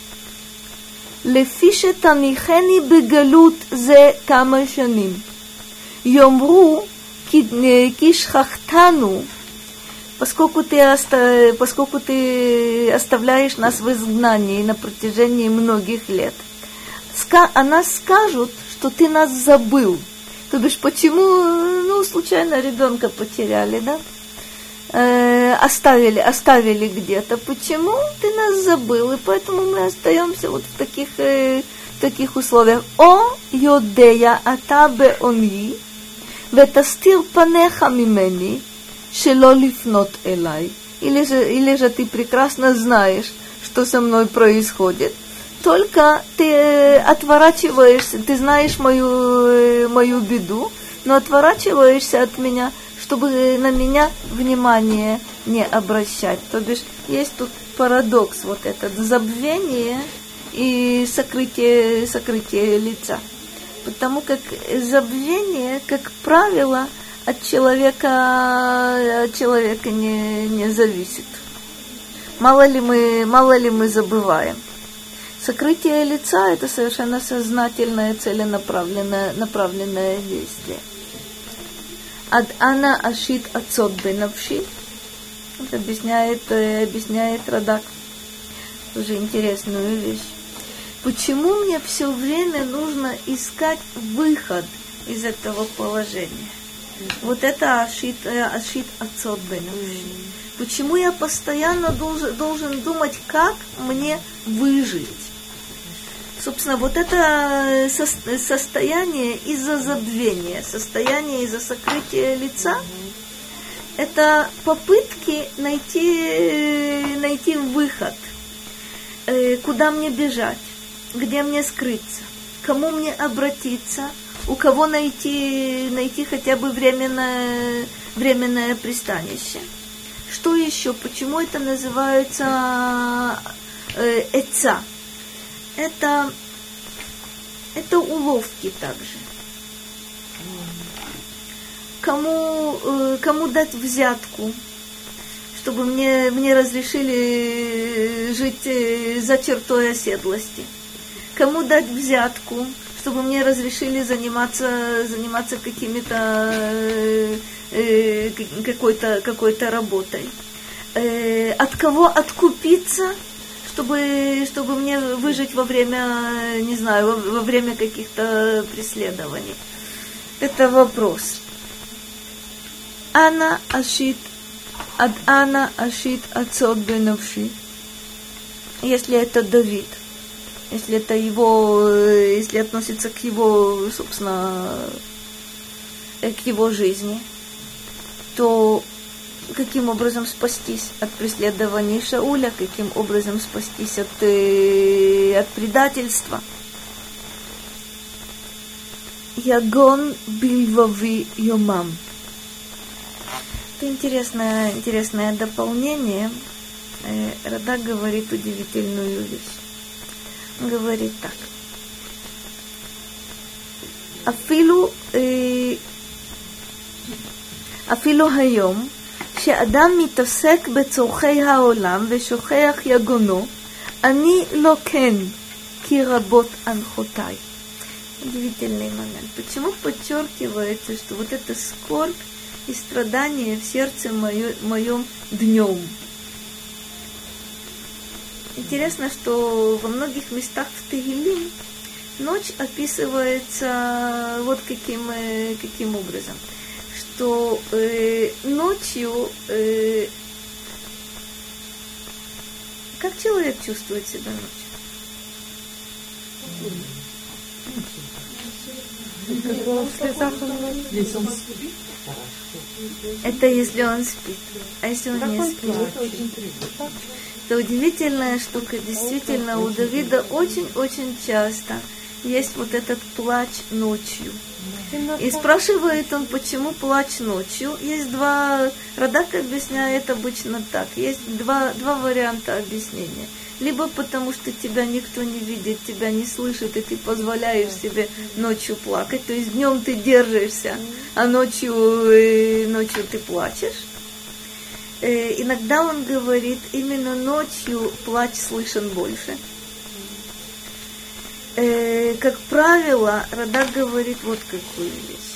לפי שתניחני בגלות זה כמה שנים. יאמרו כי שכחתנו, поскольку ты, оста, поскольку ты оставляешь нас в изгнании на протяжении многих лет, ска, о нас скажут, что ты нас забыл. То бишь, почему, ну, случайно ребенка потеряли, да? Э, оставили, оставили где-то. Почему ты нас забыл? И поэтому мы остаемся вот в таких, э, в таких условиях. О йодея ата беони ветастир панеха мимени шело лифнот элай. Или же, или же ты прекрасно знаешь, что со мной происходит. Только ты отворачиваешься, ты знаешь мою, мою беду, но отворачиваешься от меня, чтобы на меня внимание не обращать. То бишь, есть тут парадокс, вот этот забвение и сокрытие, сокрытие лица. Потому как забвение, как правило, от человека, от человека не, не зависит. Мало ли мы, мало ли мы забываем. Сокрытие лица – это совершенно сознательное, целенаправленное направленное действие. Ад ана ашит ацот бенавши. Это объясняет, объясняет Радак. Тоже интересную вещь. Почему мне все время нужно искать выход из этого положения. Вот это ашит, ашит ацот бенавши. Почему я постоянно должен, должен думать, как мне выжить? Собственно, вот это состояние из-за забвения, состояние из-за сокрытия лица, это попытки найти, найти выход, куда мне бежать, где мне скрыться, кому мне обратиться, у кого найти, найти хотя бы временное, временное пристанище. Что еще? Почему это называется э, эца? Это, это уловки также. Кому, э, кому дать взятку, чтобы мне, мне разрешили жить э, за чертой оседлости? Кому дать взятку, чтобы мне разрешили заниматься, заниматься какими-то э, э, какой-то, какой-то работой? Э, от кого откупиться, чтобы, чтобы мне выжить во время, не знаю, во, во время каких-то преследований? Это вопрос. Ана ашит, ад ана ашит ацот бенавши. Если это Давид, если это его, если относится к его, собственно, к его жизни, то каким образом спастись от преследований Шауля, каким образом спастись от, от предательства? Ягон бильвави йомам. Это интересное, интересное дополнение. Радак говорит удивительную вещь. Он говорит так. Афилу אפילו היום, שאדם מתעסק בצורכי העולם ושוכח יגונו, אני לא כן, כי רבות אנחותיי. Удивительный момент. Почему подчеркивается, что вот это скорбь и страдание в сердце мое, моем днем? Интересно, что во многих местах в Тегилим ночь описывается вот каким, каким образом. Что э, ночью, э, как человек чувствует себя ночью? Это если он спит. А если он не спит? Это удивительная штука. Действительно, у Давида очень-очень часто есть вот этот плач ночью. И спрашивает он, почему плач ночью. Есть два... Радак объясняет обычно так. Есть два, два варианта объяснения. Либо потому, что тебя никто не видит, тебя не слышит, и ты позволяешь себе ночью плакать. То есть днем ты держишься, а ночью, ночью ты плачешь. Иногда он говорит, именно ночью плач слышен больше. Как правило, Радак говорит вот какую вещь.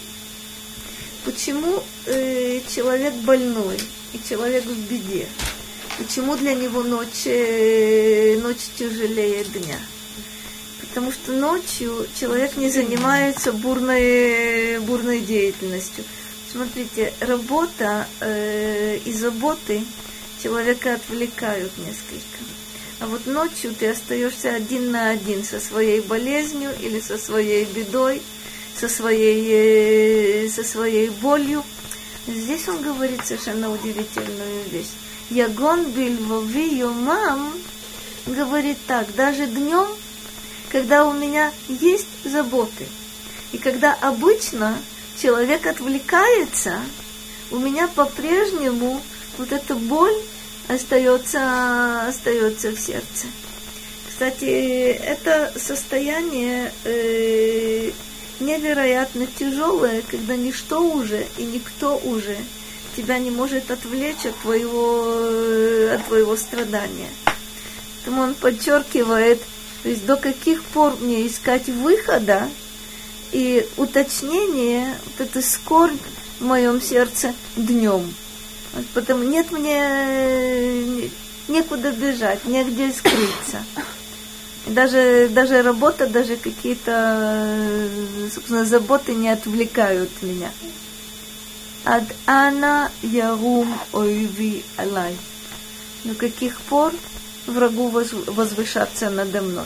Почему человек больной и человек в беде? Почему для него ночь, ночь тяжелее дня? Потому что ночью человек не занимается бурной, бурной деятельностью. Смотрите, работа э, и заботы человека отвлекают несколько. А вот ночью ты остаешься один на один со своей болезнью или со своей бедой, со своей, со своей болью. Здесь он говорит совершенно удивительную вещь. Ягон бильвави йомам говорит так, даже днем, когда у меня есть заботы, и когда обычно человек отвлекается, у меня по-прежнему вот эта боль остается, остается в сердце. Кстати, это состояние э, невероятно тяжелое, когда ничто уже и никто уже тебя не может отвлечь от твоего, от твоего страдания. Поэтому он подчеркивает, то есть до каких пор мне искать выхода и уточнение, вот эта скорбь в моем сердце днем. Вот потому нет мне некуда бежать, негде скрыться. Даже, даже работа, даже какие-то, собственно, заботы не отвлекают меня. Ад ана ярум ойви алай. До каких пор врагу возвышаться надо мной?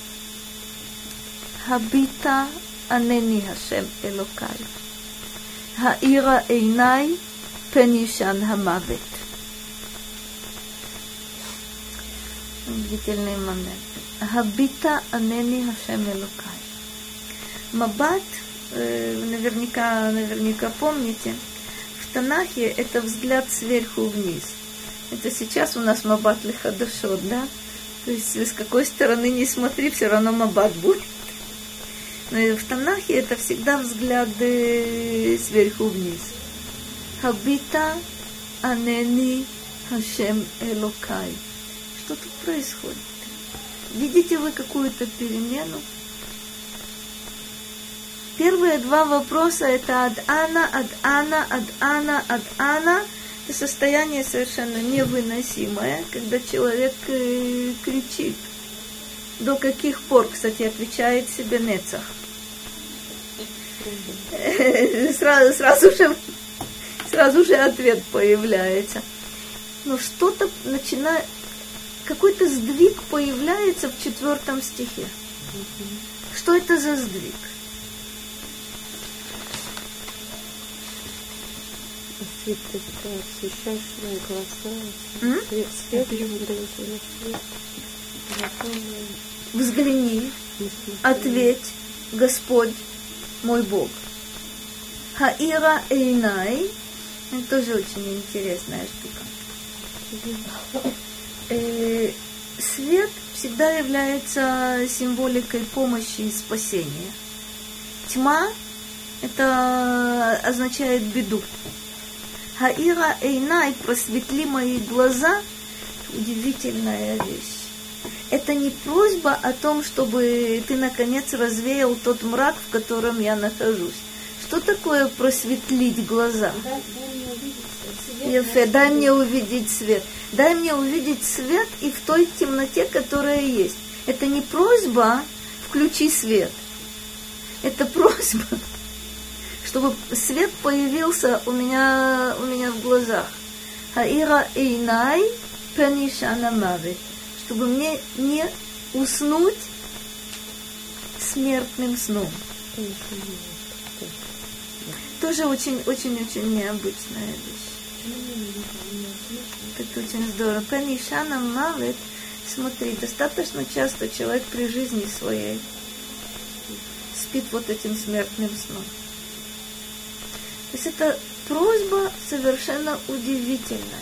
Хабита анени Хашем Элокай. Хаира эйнай пенишан хамавет. Удивительный момент. Хабита анени Хашем Элокай. Мабат, наверняка, наверняка помните, в Танахе это взгляд сверху вниз. Это сейчас у нас мабат лехадашот, да? То есть с какой стороны не смотри, все равно мабат будет. Но в Танахе это всегда взгляд сверху вниз. Хабита анени Хашем Элокай. Что тут происходит? Видите вы какую-то перемену? Первые два вопроса это ад ана, ад ана, ад ана, ад ана. Это состояние совершенно невыносимое, когда человек э, кричит. До каких пор, кстати, отвечает себе Нецах. Сразу, сразу, же, сразу же ответ появляется. Но что-то начинает, какой-то сдвиг появляется в четвертом стихе. Что это за сдвиг? Свет, освещаешь свои глаза, свет, свет, свет. Взгляни, ответь, Господь, мой Бог. Хаира эйнай, это тоже очень интересная штука. Э, свет всегда является символикой помощи и спасения. Тьма это означает беду. Хаира эйнай, просветли мои глаза, удивительная вещь. Это не просьба о том, чтобы ты наконец развеял тот мрак, в котором я нахожусь. Что такое просветлить глаза? Ефе, дай мне увидеть свет. Дай мне увидеть свет и в той темноте, которая есть. Это не просьба включи свет. Это просьба, чтобы свет появился у меня, у меня в глазах. Хаира эйнай пенишана мавет. Чтобы мне не уснуть смертным сном. Тоже очень-очень-очень необычная вещь. Это очень здорово. Пенишана мавет. Смотри, достаточно часто человек при жизни своей спит вот этим смертным сном. То есть это просьба совершенно удивительная.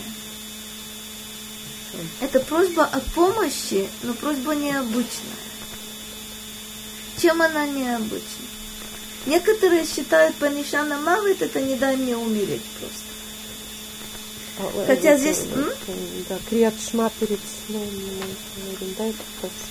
Это просьба о помощи, но просьба необычная. Чем она необычна? Некоторые считают панишана мавит, это не дай мне умереть просто. А, Хотя это, здесь... Это, м? Да, криат шма перед сном, да, это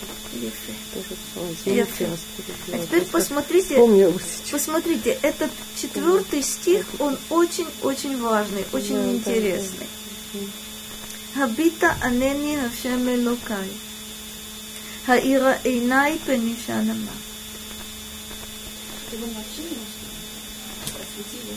просто... А теперь посмотрите, посмотрите, этот четвертый стих, он очень-очень важный, очень да, интересный. Да, да. Хабита анени Хашем Элокай. Хаира эйнай пенишана мавит. Его вообще не нужно просветили.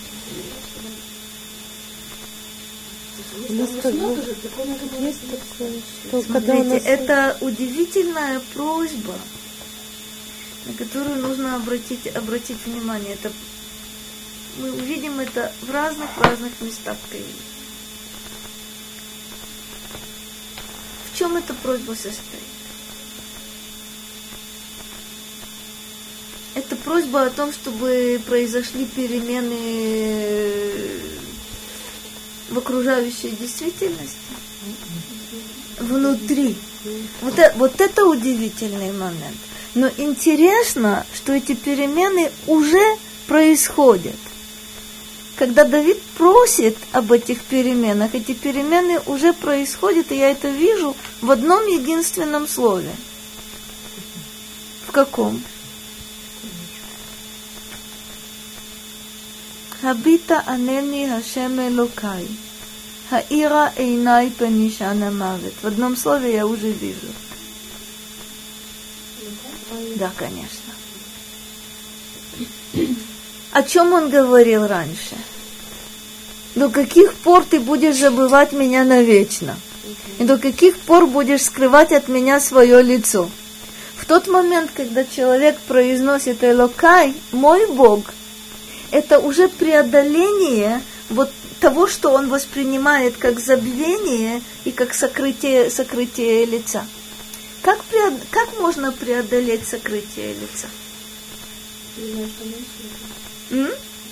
У нас как бы есть такое, что когда у нас... это удивительная просьба, на которую нужно обратить, обратить внимание. Это, мы увидим это в разных-разных местах Таилим. В чем эта просьба состоит? Это просьба о том, чтобы произошли перемены в окружающей действительности, внутри. Вот это, вот это удивительный момент. Но интересно, что эти перемены уже происходят. Когда Давид просит об этих переменах, эти перемены уже происходят, и я это вижу в одном единственном слове. В каком? Хабита анени Хашем Элокай. Хаира эйнай пенишана мавет. В одном слове я уже вижу. Да, конечно. О чем он говорил раньше? До каких пор ты будешь забывать меня навечно? И до каких пор будешь скрывать от меня свое лицо? В тот момент, когда человек произносит «Элокай», мой Бог, это уже преодоление вот того, что он воспринимает как забвение и как сокрытие, сокрытие лица. Как, преод... как можно преодолеть сокрытие лица? М?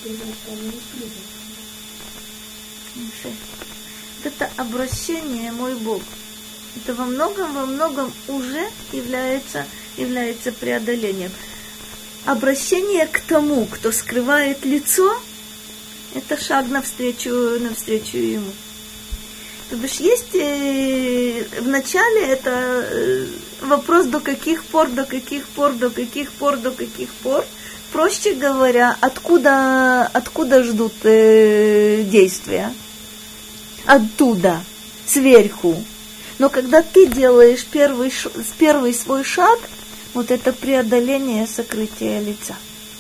Это обращение, мой Бог. Это во многом, во многом уже является, является преодолением. Обращение к тому, кто скрывает лицо, это шаг навстречу, навстречу ему. То бишь есть э, в начале это э, вопрос до каких пор, до каких пор, до каких пор, до каких пор. Проще говоря, откуда, откуда ждут э, действия? Оттуда, сверху. Но когда ты делаешь первый, первый свой шаг, вот это преодоление сокрытия лица.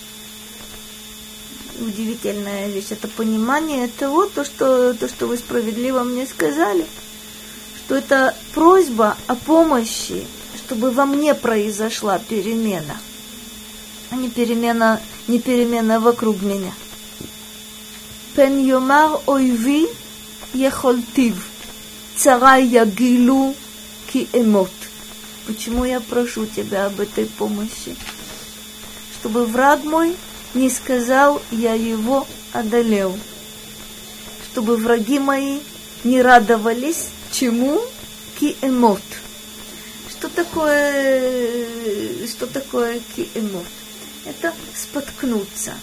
Удивительная вещь, это понимание того, то что, то, что вы справедливо мне сказали, что это просьба о помощи, чтобы во мне произошла перемена, а не перемена, не перемена вокруг меня. Пен йомар ойви ехолтив, цара ягилу ки эмот. Почему я прошу тебя об этой помощи? Чтобы враг мой не сказал, я его одолел. Чтобы враги мои не радовались чему? Ки эмот. Что такое, что такое ки эмот? Это споткнуться.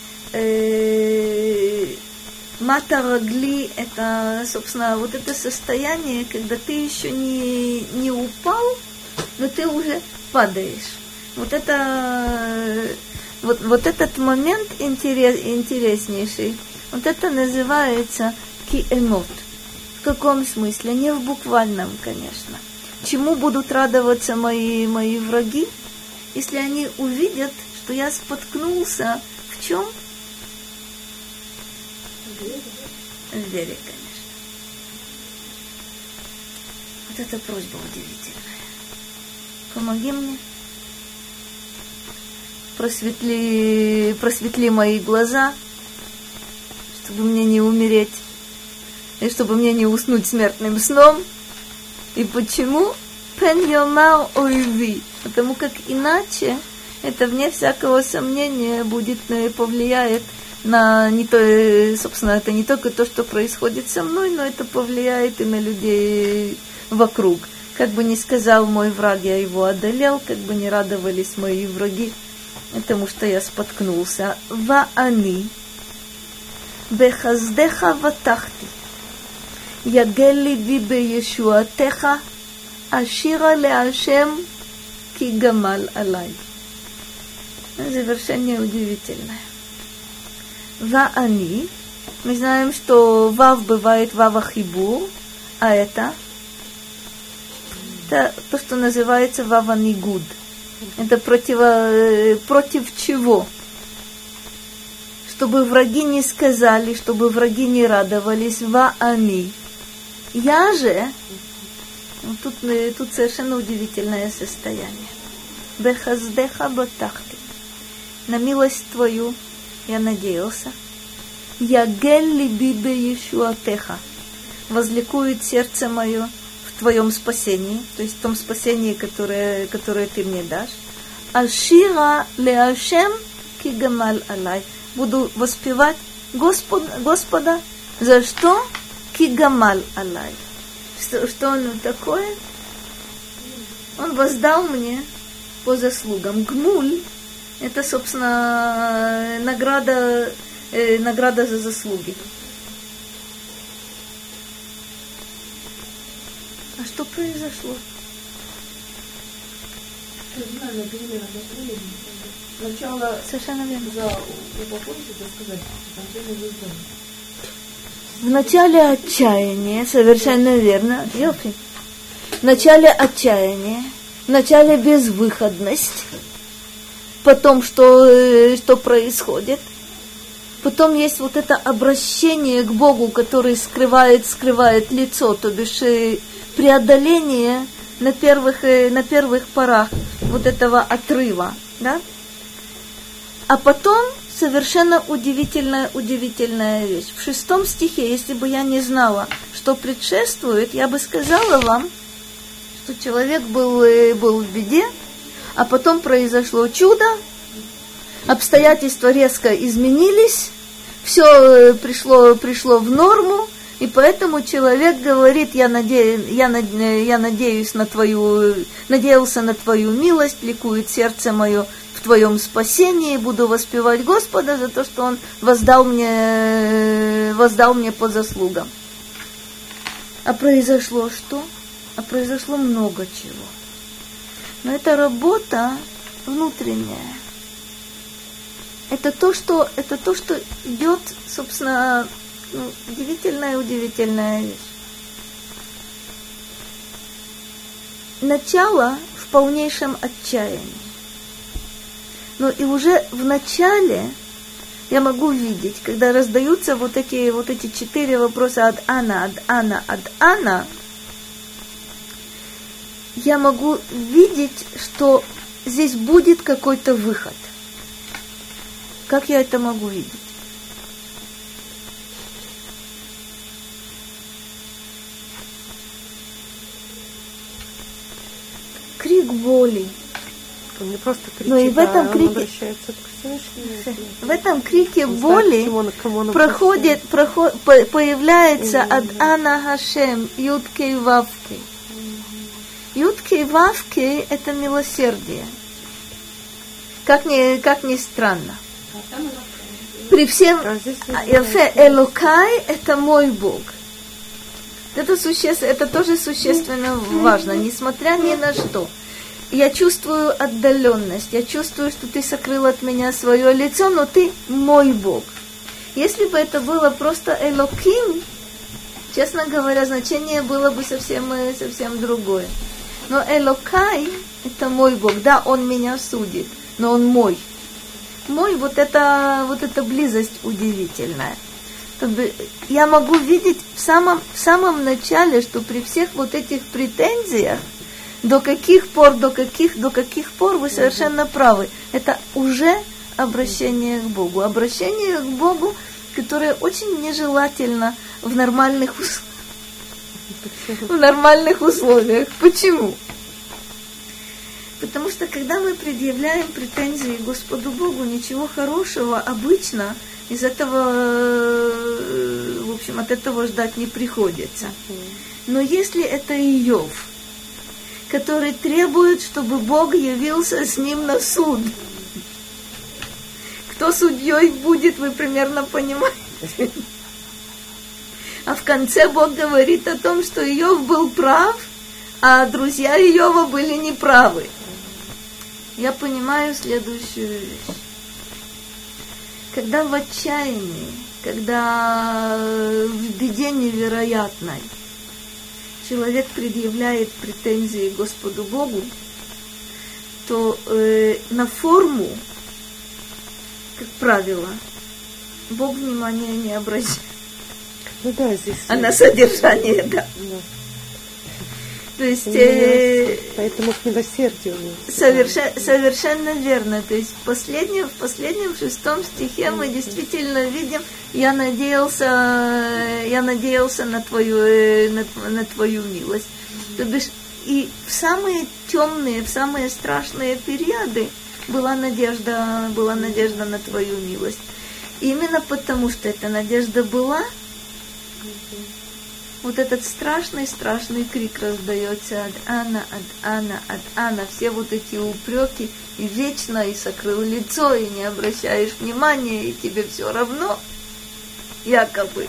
Мата рагли – это, собственно, вот это состояние, когда ты еще не, не упал, но ты уже падаешь. Вот это, вот, вот этот момент интерес, интереснейший. Вот это называется ки-эмот. В каком смысле? Не в буквальном, конечно. Чему будут радоваться мои, мои враги, если они увидят, что я споткнулся в чем? В вере, конечно. Вот эта просьба удивительная. Помоги мне. Просветли, просветли мои глаза, чтобы мне не умереть, и чтобы мне не уснуть смертным сном. И почему? Пен йомар ойви. Потому как иначе это, вне всякого сомнения, будет, повлияет на не то, собственно, это не только то, что происходит со мной, но это повлияет и на людей вокруг. Как бы ни сказал мой враг, я его одолел, как бы ни радовались мои враги, потому что я споткнулся. Ва-ани бехаздеха ватахти ягел либи беешуатеха ашира леашем ки гамал алай. Завершение удивительное. Ва-ани. Мы знаем, что вав бывает вава-хибур, а это, это то, что называется вава-нигуд. Это против, против чего? Чтобы враги не сказали, чтобы враги не радовались. Ва-ани. Я же, тут, тут совершенно удивительное состояние. Бехаздеха батахти. На милость твою я надеялся. Ягел либи беешуатеха. Возликует сердце мое в твоем спасении, то есть в том спасении, которое, которое ты мне дашь. Ашира леашем ки гамал алай. Буду воспевать Господ, Господа. За что? Ки гамал алай. Что, что он такое? Он воздал мне по заслугам. Гмуль — это, собственно, награда, э, награда за заслуги. А что произошло? Сначала совершенно верно. За упокойте, так сказать, в начале отчаяния, совершенно верно, Йофи. В начале отчаяния Вначале безвыходность, потом что, что происходит. Потом есть вот это обращение к Богу, который скрывает, скрывает лицо, то бишь преодоление на первых, на первых порах вот этого отрыва, да? А потом совершенно удивительная, удивительная вещь. В шестом стихе, если бы я не знала, что предшествует, я бы сказала вам, что человек был, был в беде, а потом произошло чудо, обстоятельства резко изменились, все пришло, пришло в норму, и поэтому человек говорит, я, наде, я, наде, я надеюсь на твою, надеялся на твою милость, ликует сердце мое в твоем спасении, буду воспевать Господа за то, что Он воздал мне, воздал мне по заслугам. А произошло что? А произошло много чего. Но это работа внутренняя. Это то, что, это то, что идет, собственно, ну, удивительная, удивительная вещь. Начало в полнейшем отчаянии. Но и уже в начале я могу видеть, когда раздаются вот такие вот эти четыре вопроса от Ана, от Ана, от Ана, я могу видеть, что здесь будет какой-то выход. Как я это могу видеть? Крик боли. Он не просто кричит, но и в этом а крике, он обращается к Всевышнему. в этом крике Он боли знает, кому он проходит, проход, появляется от Ана Хашем Юдкей Вавкей. Юдкей Вавкей – это милосердие. Как ни, как ни странно. При всем Яфе Элокай – это мой Бог. Это, суще... это тоже существенно важно, несмотря ни на что. Я чувствую отдаленность, я чувствую, что ты сокрыл от меня свое лицо, но ты мой Бог. Если бы это было просто Элоким, честно говоря, значение было бы совсем, совсем другое. Но Элокай – это мой Бог. Да, Он меня судит, но Он мой. Мой, вот это, вот эта близость удивительная. Я могу видеть в самом, в самом начале, что при всех вот этих претензиях, до каких пор, до каких, до каких пор вы совершенно правы. Это уже обращение к Богу. Обращение к Богу, которое очень нежелательно в нормальных условиях. В нормальных условиях. Почему? Потому что когда мы предъявляем претензии Господу Богу, ничего хорошего обычно из этого, в общем, от этого ждать не приходится. Но если это Иов, который требует, чтобы Бог явился с ним на суд, кто судьей будет, вы примерно понимаете. А в конце Бог говорит о том, что Иов был прав, а друзья Иова были неправы. Я понимаю следующую вещь. Когда в отчаянии, когда в беде невероятной человек предъявляет претензии Господу Богу, то э, на форму, как правило, Бог внимания не обращает. Ну да, здесь... А на содержание, да. Да. То есть... Э, Поэтому к милосердию. Совершенно, совершенно верно. То есть в последнем, в последнем шестом стихе мы действительно видим, я надеялся, я надеялся на твою, на, на твою милость. То бишь, и в самые темные, в самые страшные периоды была надежда, была надежда на твою милость. И именно потому, что эта надежда была, вот этот страшный-страшный крик раздается от Ана, от Ана, от Ана. Все вот эти упреки, и вечно, и сокрыл лицо, и не обращаешь внимания, и тебе все равно, якобы.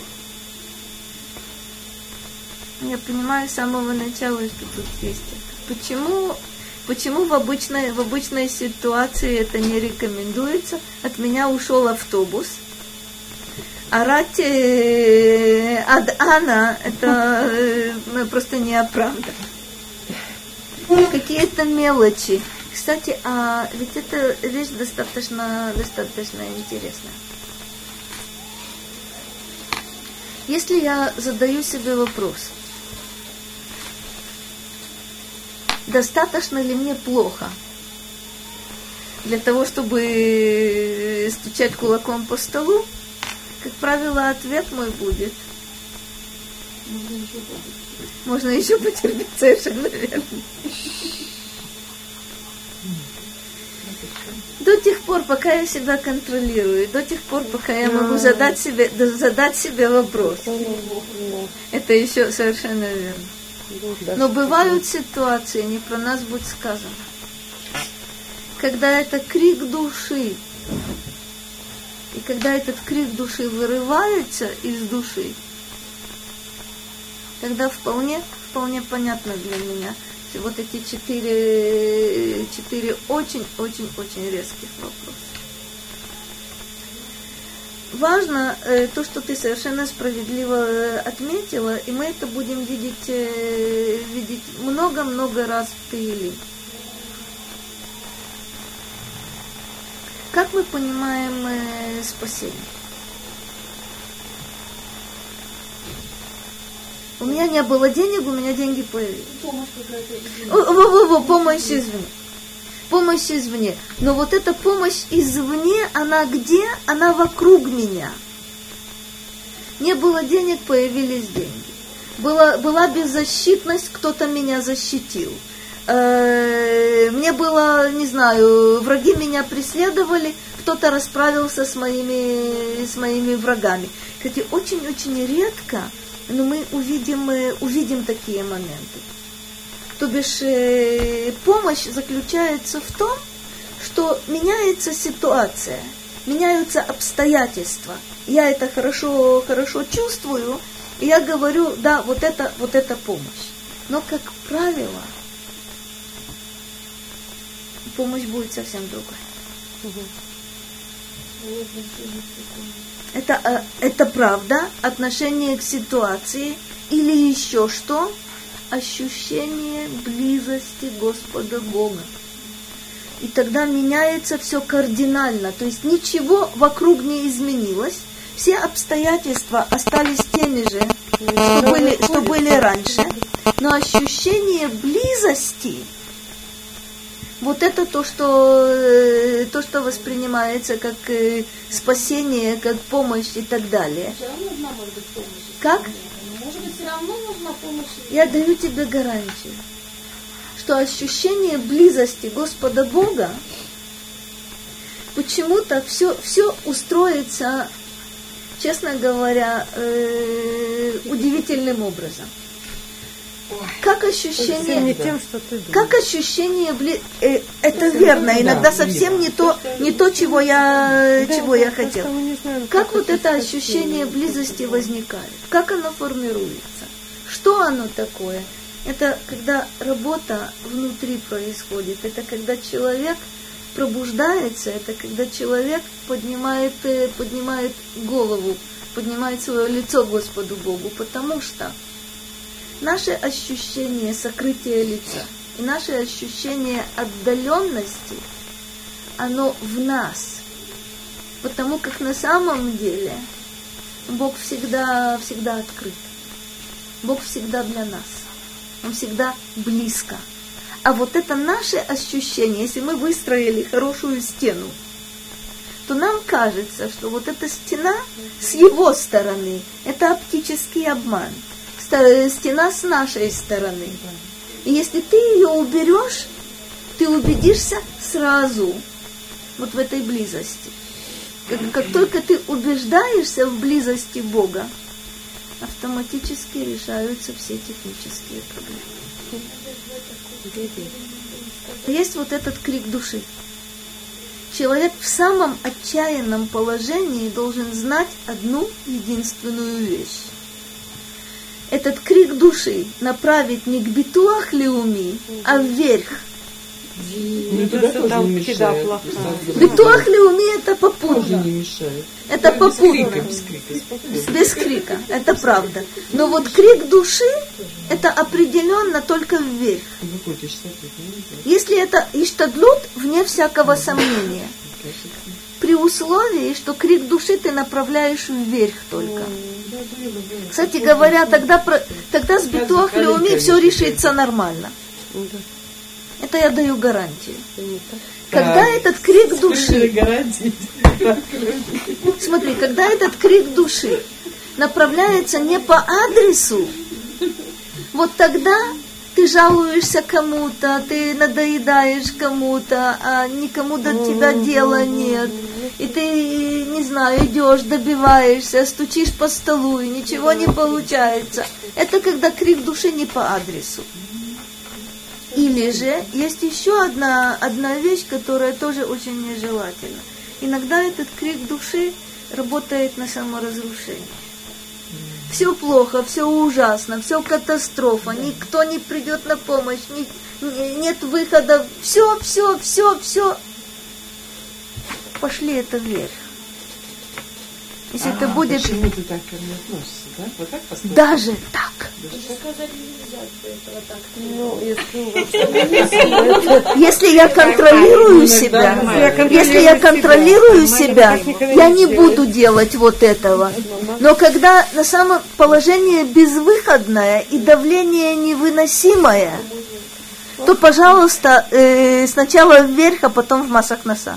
Я понимаю с самого начала, что тут есть это. Почему, почему в обычной, в обычной ситуации это не рекомендуется? От меня ушел автобус. Орать ад Ана, это э, просто неоправданно. какие-то мелочи. Кстати, а ведь эта вещь достаточно, достаточно интересная. Если я задаю себе вопрос, достаточно ли мне плохо для того, чтобы стучать кулаком по столу, как правило, ответ мой будет: можно еще потерпеть, совершенно верно. До тех пор, пока я себя контролирую, до тех пор, пока я могу задать себе, задать себе вопрос. Это еще совершенно верно. Но бывают ситуации, не про нас будет сказано, когда это крик души, и когда этот крик души вырывается из души, тогда вполне, вполне понятно для меня вот эти четыре, четыре очень-очень-очень резких вопроса. Важно э, то, что ты совершенно справедливо э, отметила, и мы это будем видеть, э, видеть много-много раз в Теилим. Как мы понимаем э, спасение? У меня не было денег, у меня деньги появились. Помощь какая-то извне. Во-во-во, помощь извне. Помощь извне. Но вот эта помощь извне, она где? Она вокруг меня. Не было денег, появились деньги. Была, была беззащитность, кто-то меня защитил. Э-э- мне было, не знаю, враги меня преследовали, кто-то расправился с моими, с моими врагами. Кстати, очень-очень редко, но мы увидим, увидим такие моменты. То бишь, э, помощь заключается в том, что меняется ситуация, меняются обстоятельства. Я это хорошо, хорошо чувствую, и я говорю, да, вот это, вот это помощь. Но, как правило, помощь будет совсем другая. Это, это правда, отношение к ситуации или еще что? Ощущение близости Господа Бога. И тогда меняется все кардинально, то есть ничего вокруг не изменилось, все обстоятельства остались теми же, что были, что были раньше, но ощущение близости, вот это то, что, то, что воспринимается как спасение, как помощь и так далее. Все равно нужна, может быть, помощь. Как? Может быть, все равно нужна помощь. Я даю тебе гарантию, что ощущение близости Господа Бога почему-то все, все устроится, честно говоря, э, удивительным образом. Как ощущение, не тем, что ты думаешь. Как ощущение бли... э, это верно, иногда совсем не то, не то, чего я, чего я хотела. Как вот это ощущение близости возникает? Как оно формируется? Что оно такое? Это когда работа внутри происходит, это когда человек пробуждается, это когда человек поднимает, поднимает голову, поднимает свое лицо Господу Богу, потому что наше ощущение сокрытия лица и наше ощущение отдаленности, оно в нас. Потому как на самом деле Бог всегда, всегда открыт. Бог всегда для нас. Он всегда близко. А вот это наше ощущение, если мы выстроили хорошую стену, то нам кажется, что вот эта стена с его стороны, это оптический обман. Стена с нашей стороны. И если ты ее уберешь, ты убедишься сразу вот в этой близости. Как, как только ты убеждаешься в близости Бога, автоматически решаются все технические проблемы. Есть вот этот крик души. Человек в самом отчаянном положении должен знать одну единственную вещь. Этот крик души направить не к битуах леуми, а вверх, Ну, тогда тоже не мешает. Битуах леуми это Тоже попутно. не мешает. Это Без попутно. крика, без крика, спокойно. Без крика, это правда. Но вот крик души, это определенно только вверх. Ты выходишь с этого, нельзя. Если это иштадлут, вне всякого сомнения. Кажется. При условии, что крик души ты направляешь вверх только. Да, было, было. Кстати говоря, тогда, про- тогда с битуах леуми все решится нормально. Это я даю гарантию. Когда Так. этот крик Скажи, души, гарантии. смотри, когда этот крик души направляется не по адресу, вот тогда ты жалуешься кому-то, ты надоедаешь кому-то, а никому до тебя дела нет. И ты, не знаю, идешь, добиваешься, стучишь по столу, и ничего не получается. Это когда крик души не по адресу. Или же есть еще одна, одна вещь, которая тоже очень нежелательна. Иногда этот крик души работает на саморазрушение. Все плохо, все ужасно, все катастрофа, никто не придет на помощь, ни- ни- нет выхода, все, все, все, все. Пошли это вверх. Если это А, будет Почему ты так ко мне относишься, да? Вот так поступаешь? даже так, Сказать нельзя этого так. Ну, если у вас если я контролирую себя, если я контролирую себя, я не буду делать вот этого. Но когда на самом положение безвыходное и давление невыносимое, то, пожалуйста, э, сначала вверх, а потом в массах носа.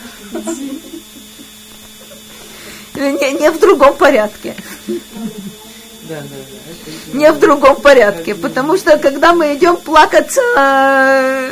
Не, не в другом порядке. Да, да, да. Это- Не в другом порядке. Потому что когда мы идем плакаться, э,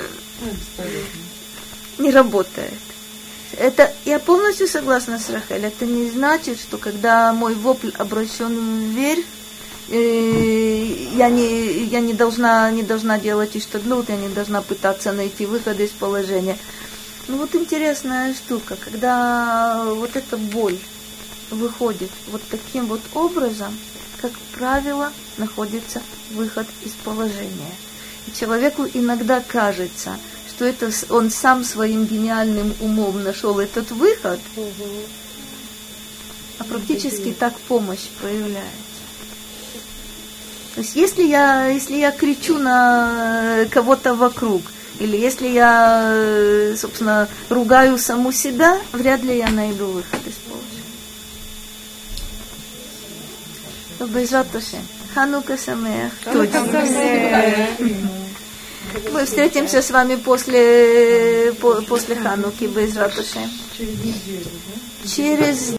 не работает. Это, я полностью согласна с Рахель. Это не значит, что когда мой вопль обращен вверх, э, я, не, я не, должна, не должна делать иштадлут, я не должна пытаться найти выход из положения. Ну вот интересная штука, когда вот эта боль выходит вот таким вот образом, как правило, находится выход из положения. И человеку иногда кажется, что это с- он сам своим гениальным умом нашел этот выход, а практически так помощь проявляется. То есть если я, если я кричу на кого-то вокруг, или если я, э, собственно, ругаю саму себя, вряд ли я найду выход из положения. Безрат Ашем. Ханука Самеах. Мы встретимся с вами после, по- после Хануки. Безрат Ашем. Через неделю, да? Через